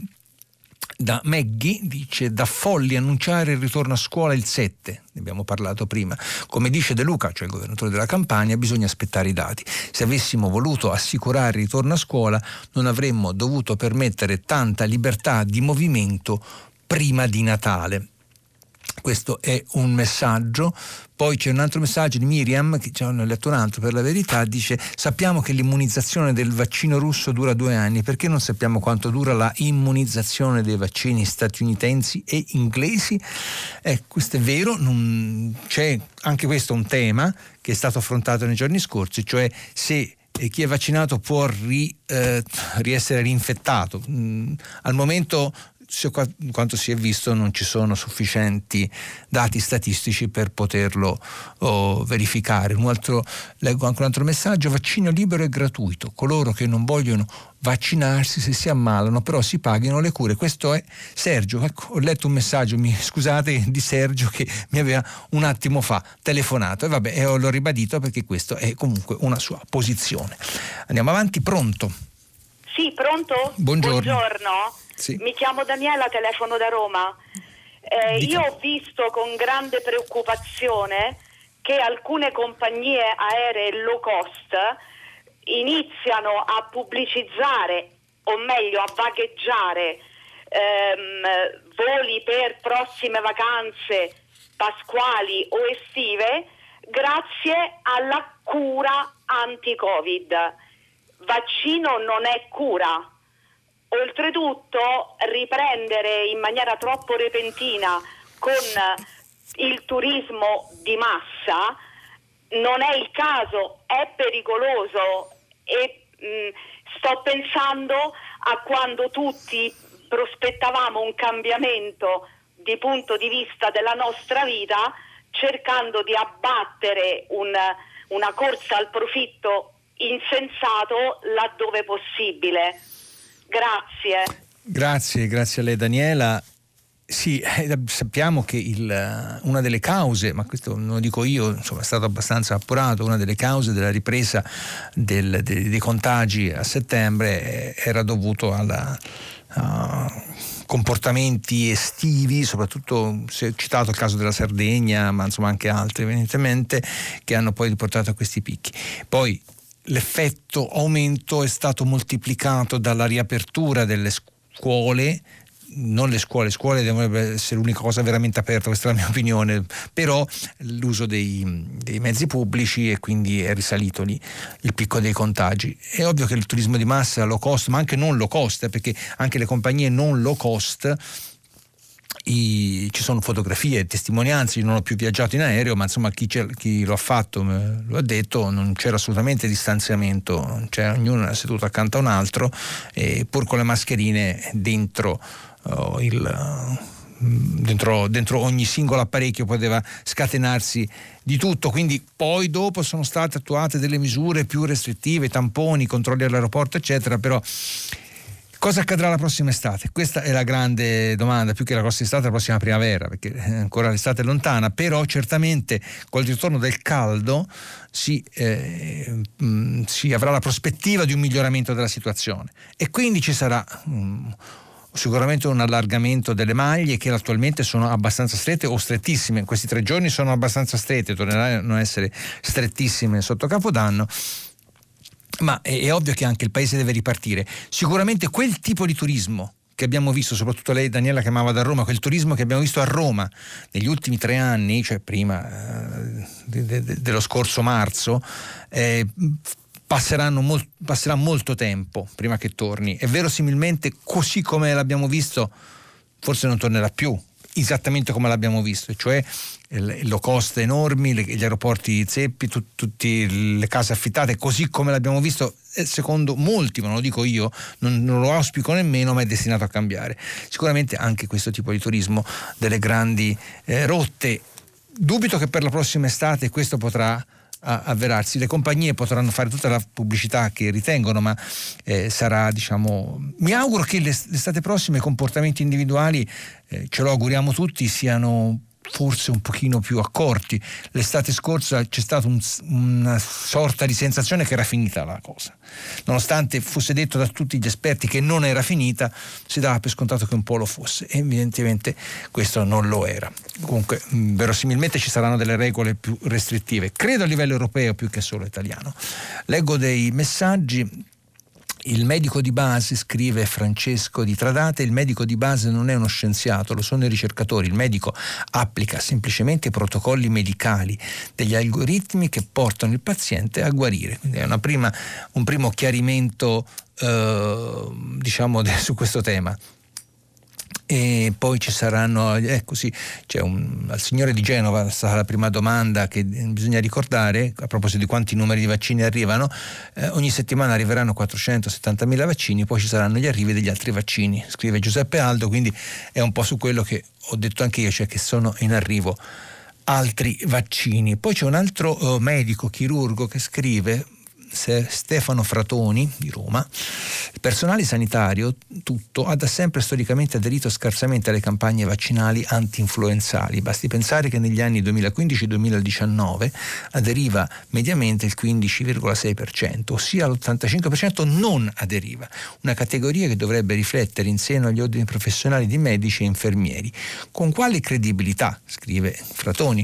da Maggie, dice: da folli annunciare il ritorno a scuola il sette, ne abbiamo parlato prima. Come dice De Luca, cioè il governatore della Campania, bisogna aspettare i dati. Se avessimo voluto assicurare il ritorno a scuola non avremmo dovuto permettere tanta libertà di movimento prima di Natale. Questo è un messaggio. Poi c'è un altro messaggio di Miriam, che ne ho letto un altro per la verità, dice: sappiamo che l'immunizzazione del vaccino russo dura due anni, perché non sappiamo quanto dura la immunizzazione dei vaccini statunitensi e inglesi? Eh, questo è vero, non, c'è anche questo un tema che è stato affrontato nei giorni scorsi, cioè se chi è vaccinato può ri, eh, riessere rinfettato. Mm, al momento, quanto si è visto, non ci sono sufficienti dati statistici per poterlo oh, verificare. Un altro, leggo anche un altro messaggio: vaccino libero e gratuito, coloro che non vogliono vaccinarsi se si ammalano però si paghino le cure. Questo è Sergio. Ecco, ho letto un messaggio, mi scusate, di Sergio, che mi aveva un attimo fa telefonato, e vabbè, e l'ho ribadito perché questo è comunque una sua posizione. Andiamo avanti. Pronto? Sì, pronto? Buongiorno. Buongiorno. Sì. Mi chiamo Daniela, telefono da Roma. Eh, io ho visto con grande preoccupazione che alcune compagnie aeree low cost iniziano a pubblicizzare, o meglio a vagheggiare, ehm, voli per prossime vacanze pasquali o estive grazie alla cura anti-Covid. Vaccino non è cura. Oltretutto, riprendere in maniera troppo repentina con il turismo di massa non è il caso, è pericoloso, e mh, sto pensando a quando tutti prospettavamo un cambiamento di punto di vista della nostra vita, cercando di abbattere un, una corsa al profitto insensato laddove possibile. Grazie. Grazie, grazie a lei Daniela. Sì, eh, sappiamo che il, una delle cause, ma questo non lo dico io, insomma è stato abbastanza appurato, una delle cause della ripresa del, dei, dei contagi a settembre eh, era dovuto alla uh, comportamenti estivi, soprattutto si è citato il caso della Sardegna, ma insomma anche altri evidentemente, che hanno poi riportato a questi picchi. Poi l'effetto aumento è stato moltiplicato dalla riapertura delle scuole, non le scuole, scuole dovrebbe essere l'unica cosa veramente aperta, questa è la mia opinione, però l'uso dei, dei mezzi pubblici, e quindi è risalito lì il picco dei contagi. È ovvio che il turismo di massa low cost, ma anche non low cost, perché anche le compagnie non low cost, I, ci sono fotografie e testimonianze. Io non ho più viaggiato in aereo, ma insomma chi, chi lo ha fatto lo ha detto, non c'era assolutamente distanziamento, cioè ognuno era seduto accanto a un altro, e pur con le mascherine dentro uh, il uh, dentro, dentro ogni singolo apparecchio poteva scatenarsi di tutto. Quindi poi dopo sono state attuate delle misure più restrittive, tamponi, controlli all'aeroporto eccetera, però Cosa accadrà la prossima estate? Questa è la grande domanda, più che la prossima estate, la prossima primavera, perché ancora l'estate è lontana, però certamente col ritorno del caldo si, eh, mh, si avrà la prospettiva di un miglioramento della situazione e quindi ci sarà mh, sicuramente un allargamento delle maglie che attualmente sono abbastanza strette o strettissime. In questi tre giorni sono abbastanza strette, torneranno a essere strettissime sotto Capodanno. Ma è, è ovvio che anche il paese deve ripartire. Sicuramente quel tipo di turismo che abbiamo visto, soprattutto lei Daniela che amava da Roma, quel turismo che abbiamo visto a Roma negli ultimi tre anni, cioè prima eh, de, de, dello scorso marzo, eh, passeranno mol, passerà molto tempo prima che torni e verosimilmente così come l'abbiamo visto forse non tornerà più esattamente come l'abbiamo visto, cioè il low cost enormi, le, gli aeroporti zeppi, tutte le case affittate così come l'abbiamo visto, secondo molti, ma non lo dico io, non, non lo auspico nemmeno, ma è destinato a cambiare. Sicuramente anche questo tipo di turismo delle grandi eh, rotte, dubito che per la prossima estate questo potrà a avverarsi. Le compagnie potranno fare tutta la pubblicità che ritengono, ma eh, sarà, diciamo, mi auguro che l'estate prossima i comportamenti individuali, eh, ce lo auguriamo tutti, siano forse un pochino più accorti. L'estate scorsa c'è stata un, una sorta di sensazione che era finita la cosa, nonostante fosse detto da tutti gli esperti che non era finita, si dava per scontato che un po' lo fosse e evidentemente questo non lo era. Comunque mh, verosimilmente ci saranno delle regole più restrittive, credo a livello europeo più che solo italiano. Leggo dei messaggi. Il medico di base, scrive Francesco di Tradate, il medico di base non è uno scienziato, lo sono i ricercatori. Il medico applica semplicemente i protocolli medicali, degli algoritmi che portano il paziente a guarire. Quindi è una prima, un primo chiarimento eh, diciamo de, su questo tema. E poi ci saranno, ecco sì, c'è un, al signore di Genova è stata la prima domanda che bisogna ricordare a proposito di quanti numeri di vaccini arrivano. Eh, ogni settimana arriveranno quattrocentosettantamila vaccini, poi ci saranno gli arrivi degli altri vaccini, scrive Giuseppe Aldo, quindi è un po' su quello che ho detto anche io, cioè che sono in arrivo altri vaccini. Poi c'è un altro uh, medico chirurgo che scrive, Stefano Fratoni di Roma, il personale sanitario tutto ha da sempre storicamente aderito scarsamente alle campagne vaccinali anti-influenzali. Basti pensare che negli anni duemilaquindici duemiladiciannove aderiva mediamente il quindici virgola sei per cento, ossia l'ottantacinque per cento non aderiva, una categoria che dovrebbe riflettere in seno agli ordini professionali di medici e infermieri. Con quale credibilità, scrive Fratoni,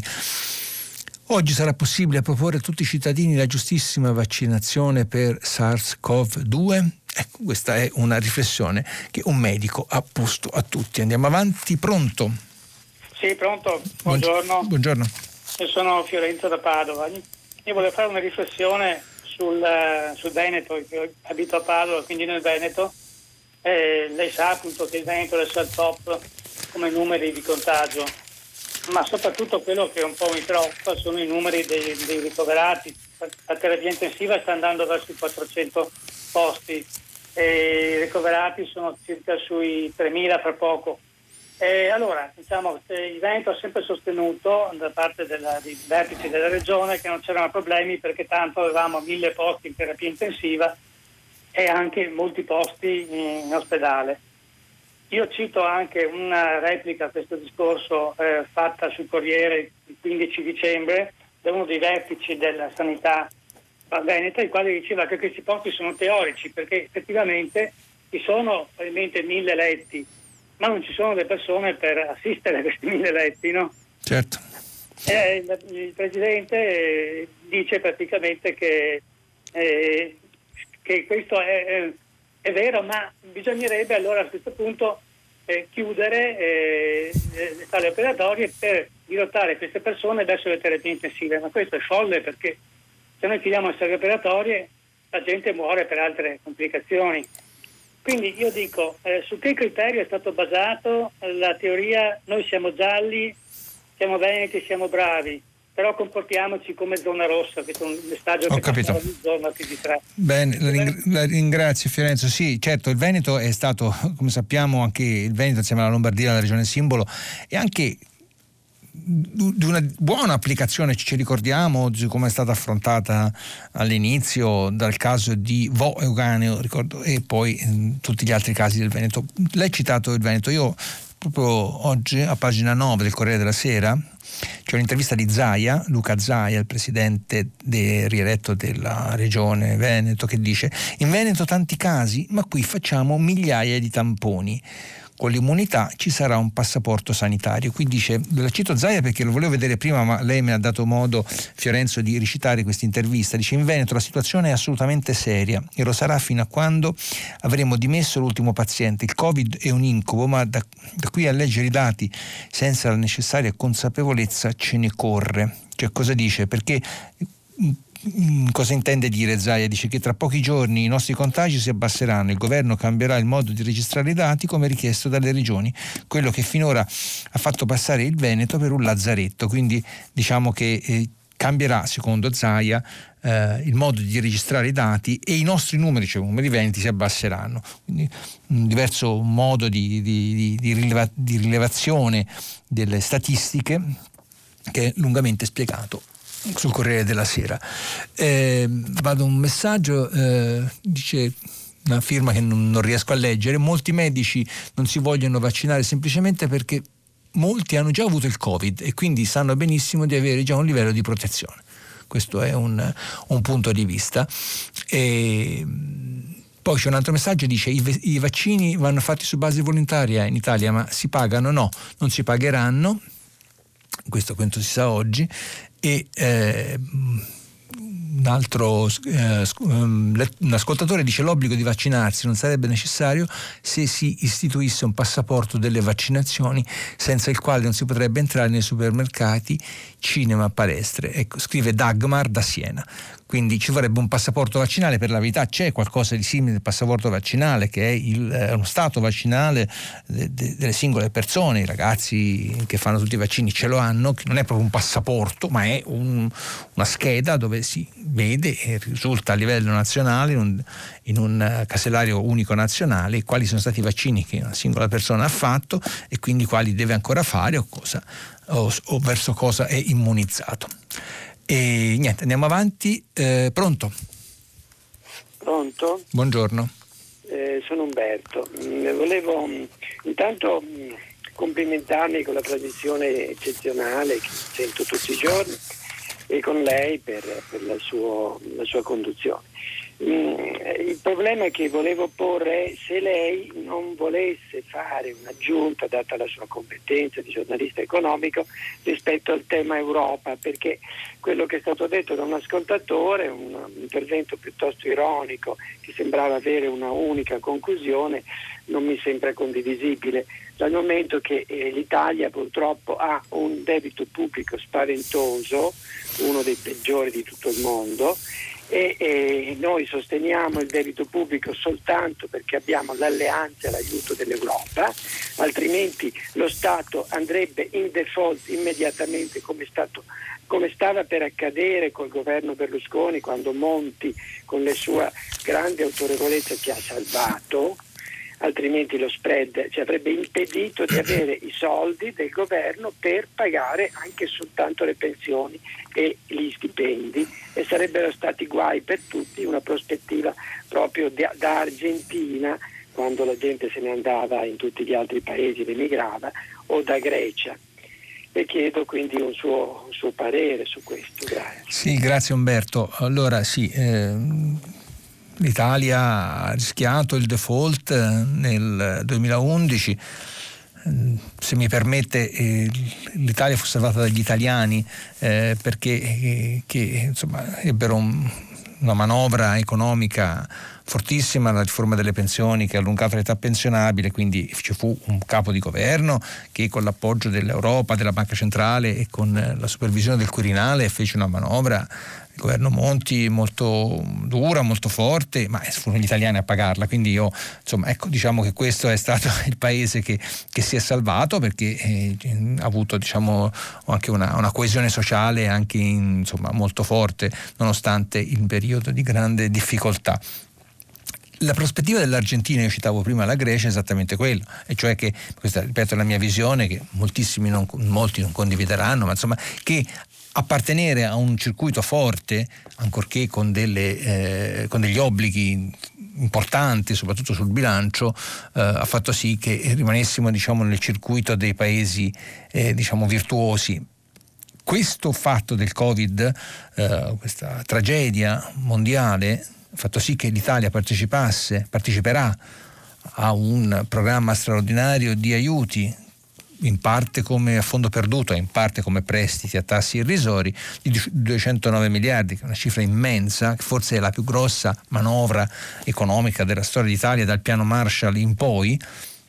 oggi sarà possibile proporre a tutti i cittadini la giustissima vaccinazione per SARS-CoV due? Ecco, questa è una riflessione che un medico ha posto a tutti. Andiamo avanti, pronto? Sì, pronto, buongiorno. Buongiorno. Io sono Fiorenzo da Padova. Io volevo fare una riflessione sul, sul Veneto, io abito a Padova, quindi nel Veneto. Eh, lei sa appunto che il Veneto è al top come numeri di contagio, ma soprattutto quello che un po' mi preoccupa sono i numeri dei, dei ricoverati. La terapia intensiva sta andando verso i quattrocento posti e i ricoverati sono circa sui tremila fra poco. E allora, diciamo, il Veneto ha sempre sostenuto da parte della, dei vertici della regione che non c'erano problemi perché tanto avevamo mille posti in terapia intensiva e anche molti posti in, in ospedale. Io cito anche una replica a questo discorso eh, fatta sul Corriere il quindici dicembre da uno dei vertici della sanità veneta, il quale diceva che questi posti sono teorici perché effettivamente ci sono probabilmente mille letti, ma non ci sono le persone per assistere a questi mille letti, no? Certo. Eh, il, il Presidente eh, dice praticamente che, eh, che questo è... è È vero, ma bisognerebbe allora a questo punto eh, chiudere eh, le sale operatorie per dirottare queste persone verso le terapie intensive. Ma questo è folle perché se noi chiudiamo le sale operatorie la gente muore per altre complicazioni. Quindi io dico, eh, su che criterio è stato basato la teoria noi siamo gialli, siamo veneti, siamo bravi? Però comportiamoci come zona rossa, che è un messaggio Ho che capito. ogni giorno T G tre. Bene, la, ring- la ringrazio Fiorenzo. Sì, certo, il Veneto è stato, come sappiamo, anche il Veneto insieme alla Lombardia, la regione simbolo, e anche di una buona applicazione. Ci ricordiamo di come è stata affrontata all'inizio dal caso di Vo Euganeo, ricordo, e poi eh, tutti gli altri casi del Veneto. Lei ha citato il Veneto. Io proprio oggi a pagina nove del Corriere della Sera c'è un'intervista di Zaia, Luca Zaia, il presidente de, rieletto della regione Veneto, che dice: in Veneto tanti casi, ma qui facciamo migliaia di tamponi. Con l'immunità ci sarà un passaporto sanitario. Qui dice, la cito Zaia perché lo volevo vedere prima, ma lei mi ha dato modo, Fiorenzo, di recitare questa intervista. Dice: in Veneto la situazione è assolutamente seria e lo sarà fino a quando avremo dimesso l'ultimo paziente. Il Covid è un incubo, ma da, da qui a leggere i dati senza la necessaria consapevolezza ce ne corre. Cioè, cosa dice? Perché cosa intende dire Zaia? Dice che tra pochi giorni i nostri contagi si abbasseranno, il governo cambierà il modo di registrare i dati come richiesto dalle regioni, quello che finora ha fatto passare il Veneto per un lazzaretto. Quindi diciamo che eh, cambierà, secondo Zaia, eh, il modo di registrare i dati e i nostri numeri, cioè i numeri veneti, si abbasseranno. Quindi un diverso modo di, di, di, di, rileva, di rilevazione delle statistiche che è lungamente spiegato sul Corriere della Sera. Eh, vado un messaggio, eh, dice una firma che non, non riesco a leggere: molti medici non si vogliono vaccinare semplicemente perché molti hanno già avuto il Covid e quindi sanno benissimo di avere già un livello di protezione. Questo è un, un punto di vista. E poi c'è un altro messaggio, dice: I, i vaccini vanno fatti su base volontaria in Italia, ma si pagano? No, non si pagheranno. Questo quanto si sa oggi. E eh, un altro eh, un ascoltatore dice: l'obbligo di vaccinarsi non sarebbe necessario se si istituisse un passaporto delle vaccinazioni senza il quale non si potrebbe entrare nei supermercati, cinema, palestre. Ecco, scrive Dagmar da Siena. Quindi ci vorrebbe un passaporto vaccinale. Per la verità c'è qualcosa di simile al passaporto vaccinale, che è il, eh, uno stato vaccinale de, de, delle singole persone. I ragazzi che fanno tutti i vaccini ce lo hanno, che non è proprio un passaporto, ma è un, una scheda dove si vede e risulta a livello nazionale, in un, in un casellario unico nazionale, quali sono stati i vaccini che una singola persona ha fatto e quindi quali deve ancora fare o, cosa, o, o verso cosa è immunizzato. E niente, andiamo avanti. Eh, pronto? Pronto? Buongiorno. Eh, sono Umberto. Mm, volevo mm, intanto mm, complimentarmi con la trasmissione eccezionale che sento tutti i giorni e con lei per, per la, suo, la sua conduzione. Mm, il problema che volevo porre è se lei non volesse fare un'aggiunta, data la sua competenza di giornalista economico, rispetto al tema Europa, perché quello che è stato detto da un ascoltatore, un intervento piuttosto ironico che sembrava avere una unica conclusione, non mi sembra condivisibile, dal momento che eh, l'Italia purtroppo ha un debito pubblico spaventoso, uno dei peggiori di tutto il mondo, e, e noi sosteniamo il debito pubblico soltanto perché abbiamo l'alleanza e l'aiuto dell'Europa, altrimenti lo Stato andrebbe in default immediatamente, come, stato, come stava per accadere col governo Berlusconi, quando Monti con la sua grande autorevolezza ci ha salvato. Altrimenti lo spread ci avrebbe impedito di avere i soldi del governo per pagare anche soltanto le pensioni e gli stipendi, e sarebbero stati guai per tutti, una prospettiva proprio da, da Argentina, quando la gente se ne andava in tutti gli altri paesi ed emigrava, o da Grecia. E chiedo quindi un suo, un suo parere su questo. Grazie. Sì, grazie Umberto. Allora sì, ehm... l'Italia ha rischiato il default nel duemilaundici. Se mi permette, eh, l'Italia fu salvata dagli italiani eh, perché eh, che, insomma, ebbero un, una manovra economica fortissima, la riforma delle pensioni che ha allungato l'età pensionabile, quindi ci fu un capo di governo che con l'appoggio dell'Europa, della Banca Centrale e con la supervisione del Quirinale fece una manovra, il governo Monti, molto dura, molto forte, ma furono gli italiani a pagarla. Quindi io, insomma, ecco, diciamo che questo è stato il paese che, che si è salvato, perché eh, ha avuto, diciamo, anche una, una coesione sociale anche in, insomma, molto forte, nonostante il periodo di grande difficoltà. La prospettiva dell'Argentina, io citavo prima la Grecia, è esattamente quello, e cioè che, questa ripeto è la mia visione, che moltissimi non, molti non condivideranno, ma insomma che appartenere a un circuito forte, ancorché con, delle, eh, con degli obblighi importanti, soprattutto sul bilancio, eh, ha fatto sì che rimanessimo, diciamo, nel circuito dei paesi eh, diciamo virtuosi. Questo fatto del Covid, eh, questa tragedia mondiale, ha fatto sì che l'Italia partecipasse, parteciperà a un programma straordinario di aiuti, in parte come a fondo perduto e in parte come prestiti a tassi irrisori, di duecentonove miliardi, che è una cifra immensa, che forse è la più grossa manovra economica della storia d'Italia dal piano Marshall in poi,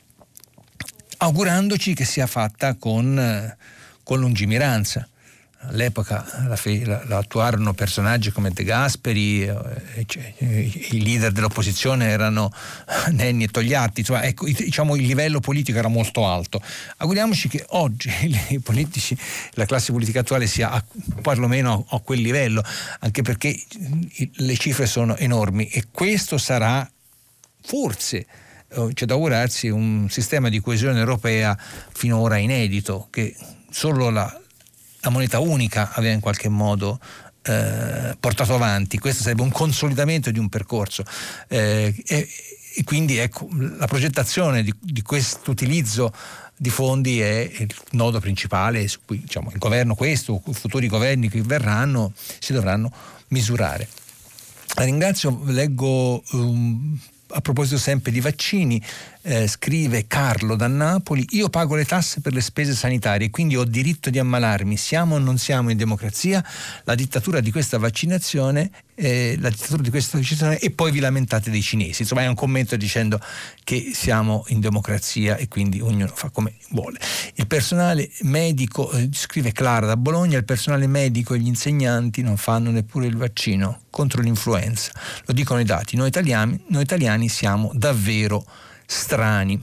augurandoci che sia fatta con, con lungimiranza. All'epoca la, la, la attuarono personaggi come De Gasperi, eh, cioè, i leader dell'opposizione erano Nenni e Togliatti, insomma, ecco, diciamo, il livello politico era molto alto. Auguriamoci che oggi i politici, la classe politica attuale sia a, perlomeno a quel livello, anche perché le cifre sono enormi, e questo sarà forse, c'è da augurarsi, un sistema di coesione europea finora inedito, che solo la la moneta unica aveva in qualche modo eh, portato avanti. Questo sarebbe un consolidamento di un percorso, eh, e, e quindi ecco, la progettazione di, di questo utilizzo di fondi è il nodo principale su cui, diciamo, il governo questo, i futuri governi che verranno si dovranno misurare. La ringrazio, leggo um, a proposito sempre di vaccini, eh, scrive Carlo da Napoli: io pago le tasse per le spese sanitarie, quindi ho diritto di ammalarmi. Siamo o non siamo in democrazia? La dittatura di questa vaccinazione, eh, la dittatura di questa vaccinazione, e poi vi lamentate dei cinesi. Insomma, è un commento dicendo che siamo in democrazia e quindi ognuno fa come vuole. Il personale medico, eh, scrive Clara da Bologna, il personale medico e gli insegnanti non fanno neppure il vaccino contro l'influenza. Lo dicono i dati. Noi italiani, noi italiani siamo davvero strani.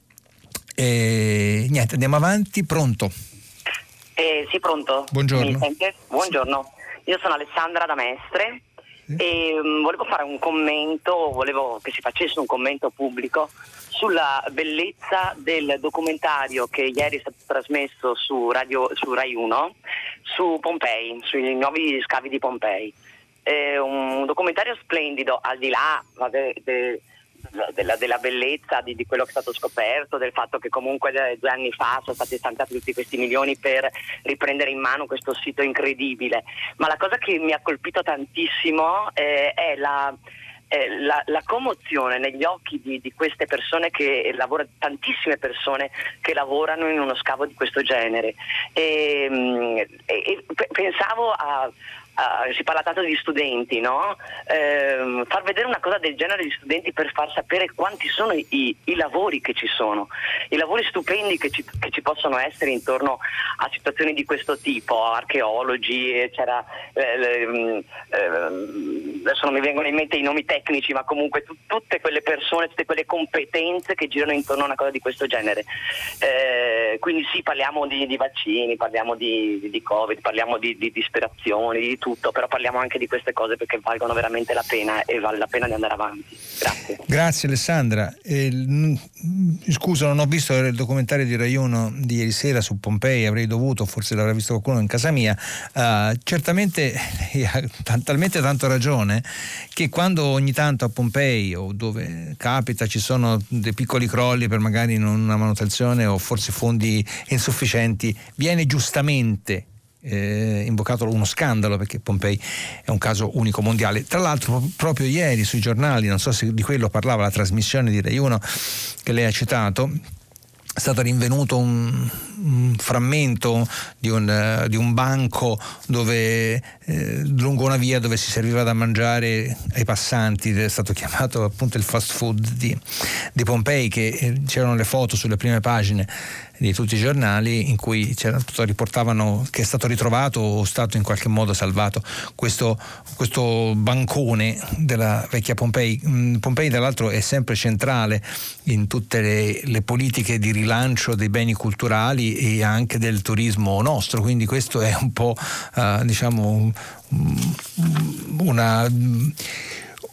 E, niente, andiamo avanti. Pronto? Eh, sì, pronto. Buongiorno. Mi sente? Buongiorno. Io sono Alessandra da Mestre, sì, e um, volevo fare un commento, volevo che si facesse un commento pubblico sulla bellezza del documentario che ieri è stato trasmesso su Radio, su Rai uno, su Pompei, sui nuovi scavi di Pompei. È un documentario splendido, al di là vabbè, de, della, della bellezza di, di quello che è stato scoperto, del fatto che comunque due anni fa sono stati stanziati tutti questi milioni per riprendere in mano questo sito incredibile. Ma la cosa che mi ha colpito tantissimo eh, è la, eh, la, la commozione negli occhi di, di queste persone che lavorano, tantissime persone che lavorano in uno scavo di questo genere. E, e, e pensavo a Uh, si parla tanto di studenti, no? Uh, far vedere una cosa del genere agli studenti per far sapere quanti sono i, i, i lavori che ci sono, i lavori stupendi che ci, che ci possono essere intorno a situazioni di questo tipo, archeologi, c'era eh, eh, adesso non mi vengono in mente i nomi tecnici, ma comunque tu, tutte quelle persone, tutte quelle competenze che girano intorno a una cosa di questo genere. Eh, quindi sì, parliamo di, di vaccini, parliamo di, di, di Covid, parliamo di, di disperazioni, di tutto, però parliamo anche di queste cose perché valgono veramente la pena e vale la pena di andare avanti. Grazie. Grazie Alessandra. Eh, scusa, non ho visto il documentario di Rai uno di ieri sera su Pompei, avrei dovuto, forse l'avrà visto qualcuno in casa mia. Uh, certamente ha talmente tanto ragione che quando ogni tanto a Pompei o dove capita ci sono dei piccoli crolli per magari non una manutenzione o forse fondi insufficienti, viene giustamente Eh, invocato uno scandalo, perché Pompei è un caso unico mondiale. Tra l'altro proprio ieri sui giornali, non so se di quello parlava la trasmissione di Rai uno che lei ha citato, è stato rinvenuto un, un frammento di un, uh, di un banco dove eh, lungo una via dove si serviva da mangiare ai passanti. È stato chiamato appunto il fast food di, di Pompei, che eh, c'erano le foto sulle prime pagine di tutti i giornali in cui c'era, riportavano che è stato ritrovato o stato in qualche modo salvato questo, questo bancone della vecchia Pompei. Pompei tra l'altro è sempre centrale in tutte le, le politiche di rilancio dei beni culturali e anche del turismo nostro, quindi questo è un po' uh, diciamo una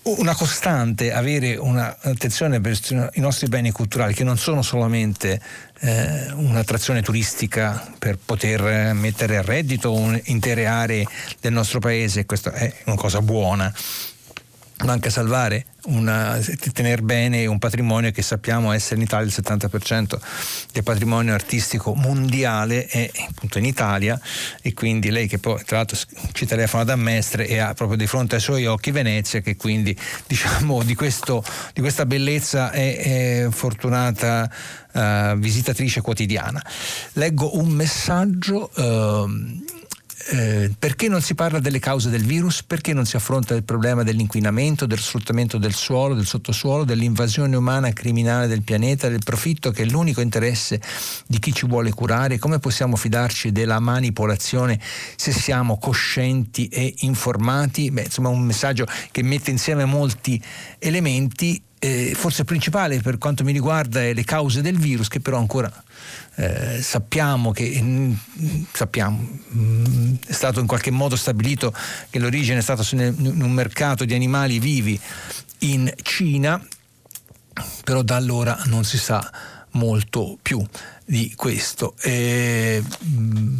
una costante, avere un'attenzione per i nostri beni culturali, che non sono solamente eh, un'attrazione turistica per poter mettere a reddito intere aree del nostro paese, questa è una cosa buona, ma anche salvare, una, tenere bene un patrimonio che sappiamo essere in Italia il settanta per cento del patrimonio artistico mondiale è appunto in Italia, e quindi lei, che poi tra l'altro ci telefona da Mestre e ha proprio di fronte ai suoi occhi Venezia, che quindi diciamo di, questo, di questa bellezza è, è fortunata uh, visitatrice quotidiana. Leggo un messaggio. Uh, Eh, perché non si parla delle cause del virus? Perché non si affronta il problema dell'inquinamento, del sfruttamento del suolo, del sottosuolo, dell'invasione umana criminale del pianeta, del profitto che è l'unico interesse di chi ci vuole curare? Come possiamo fidarci della manipolazione se siamo coscienti e informati? Beh, insomma, un messaggio che mette insieme molti elementi. Eh, forse principale per quanto mi riguarda è le cause del virus, che però ancora eh, sappiamo che mh, sappiamo mh, è stato in qualche modo stabilito che l'origine è stata in un mercato di animali vivi in Cina, però da allora non si sa molto più di questo. Eh, mh,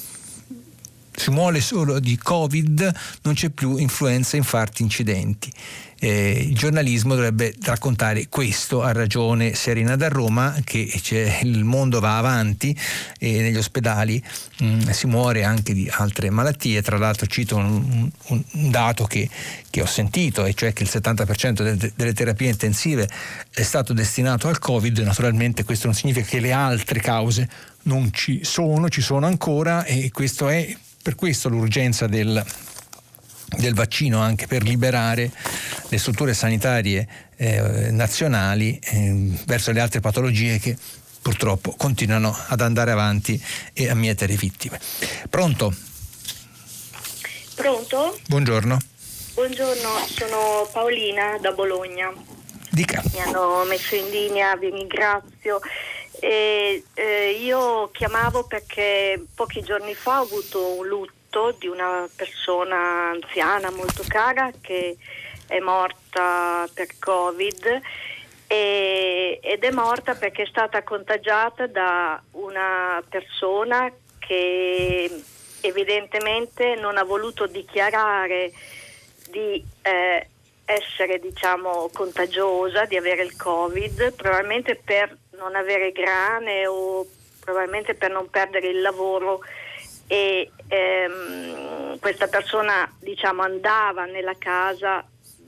si muore solo di Covid, non c'è più influenza, infarti, incidenti. Eh, il giornalismo dovrebbe raccontare questo. Ha ragione Serena da Roma, che c'è, il mondo va avanti e negli ospedali mh, si muore anche di altre malattie. Tra l'altro cito un, un, un dato che, che ho sentito, e cioè che il settanta per cento delle, delle terapie intensive è stato destinato al Covid. Naturalmente questo non significa che le altre cause non ci sono, ci sono ancora, e questo è per questo l'urgenza del del vaccino, anche per liberare le strutture sanitarie eh, nazionali eh, verso le altre patologie che purtroppo continuano ad andare avanti e a mietere vittime. Pronto? Pronto? Buongiorno. Buongiorno, sono Paolina da Bologna. Dica. Mi hanno messo in linea, vi ringrazio. E, eh, io chiamavo perché pochi giorni fa ho avuto un lutto di una persona anziana molto cara che è morta per Covid, e, ed è morta perché è stata contagiata da una persona che evidentemente non ha voluto dichiarare di eh, essere, diciamo, contagiosa, di avere il Covid, probabilmente per non avere grane o probabilmente per non perdere il lavoro. E ehm, questa persona, diciamo, andava nella casa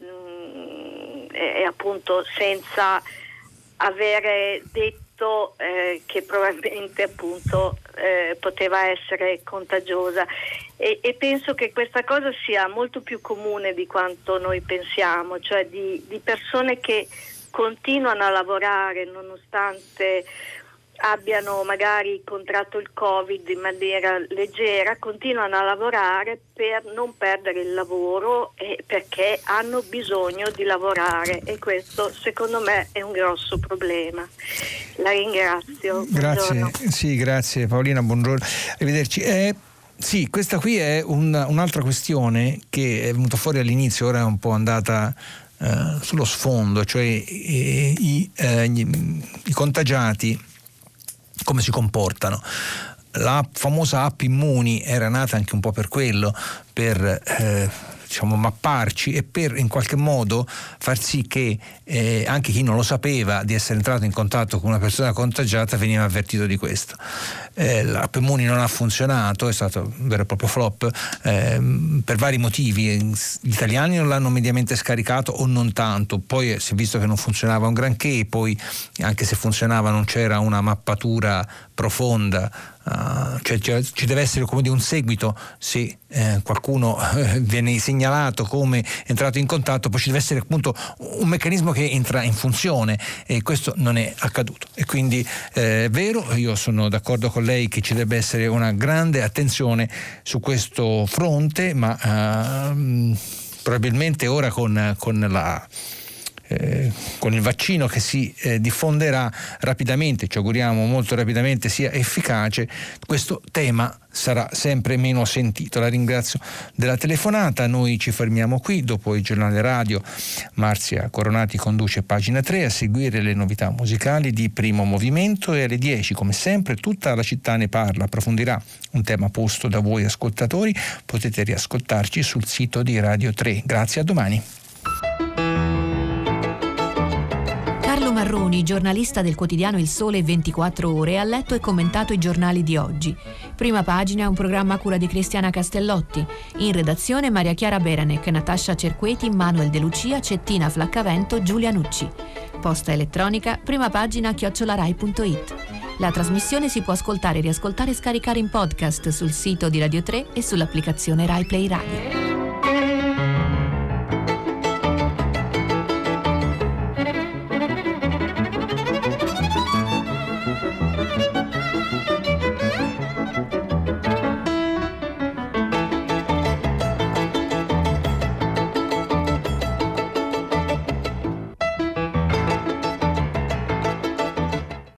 mh, e, e appunto senza avere detto eh, che probabilmente appunto eh, poteva essere contagiosa, e, e penso che questa cosa sia molto più comune di quanto noi pensiamo, cioè di, di persone che continuano a lavorare nonostante abbiano magari contratto il Covid in maniera leggera, continuano a lavorare per non perdere il lavoro e perché hanno bisogno di lavorare, e questo secondo me è un grosso problema. La ringrazio. Grazie, buongiorno. sì, grazie Paolina, buongiorno, arrivederci. Eh, sì, questa qui è un, un'altra questione che è venuta fuori all'inizio, ora è un po' andata eh, sullo sfondo, cioè eh, i, eh, gli, i contagiati come si comportano. La famosa app Immuni era nata anche un po' per quello, per eh, diciamo mapparci e per in qualche modo far sì che eh, anche chi non lo sapeva di essere entrato in contatto con una persona contagiata veniva avvertito di questo. Eh, l'app Immuni non ha funzionato, è stato un vero e proprio flop eh, per vari motivi. Gli italiani non l'hanno mediamente scaricato o non tanto, poi si è visto che non funzionava un granché, poi anche se funzionava non c'era una mappatura profonda. Uh, cioè, cioè ci deve essere come di un seguito se eh, qualcuno eh, viene segnalato come entrato in contatto, poi ci deve essere appunto un meccanismo che entra in funzione, e questo non è accaduto. E quindi eh, è vero, io sono d'accordo con lei che ci deve essere una grande attenzione su questo fronte, ma uh, probabilmente ora con, con la eh, con il vaccino che si eh, diffonderà rapidamente, ci auguriamo molto rapidamente sia efficace, questo tema sarà sempre meno sentito. La ringrazio della telefonata, noi ci fermiamo qui, dopo il giornale radio Marzia Coronati conduce Pagina tre, a seguire le novità musicali di Primo Movimento, e alle dieci come sempre Tutta la città ne parla, approfondirà un tema posto da voi ascoltatori. Potete riascoltarci sul sito di Radio tre. Grazie, a domani. Carlo Marroni, giornalista del quotidiano Il Sole ventiquattro Ore, ha letto e commentato i giornali di oggi. Prima Pagina è un programma a cura di Cristiana Castellotti. In redazione Maria Chiara Beranec, Natascia Cerqueti, Manuel De Lucia, Cettina Flaccavento, Giulia Nucci. Posta elettronica primapagina chiocciola rai punto it. La trasmissione si può ascoltare, riascoltare e scaricare in podcast sul sito di Radio tre e sull'applicazione Rai Play Radio.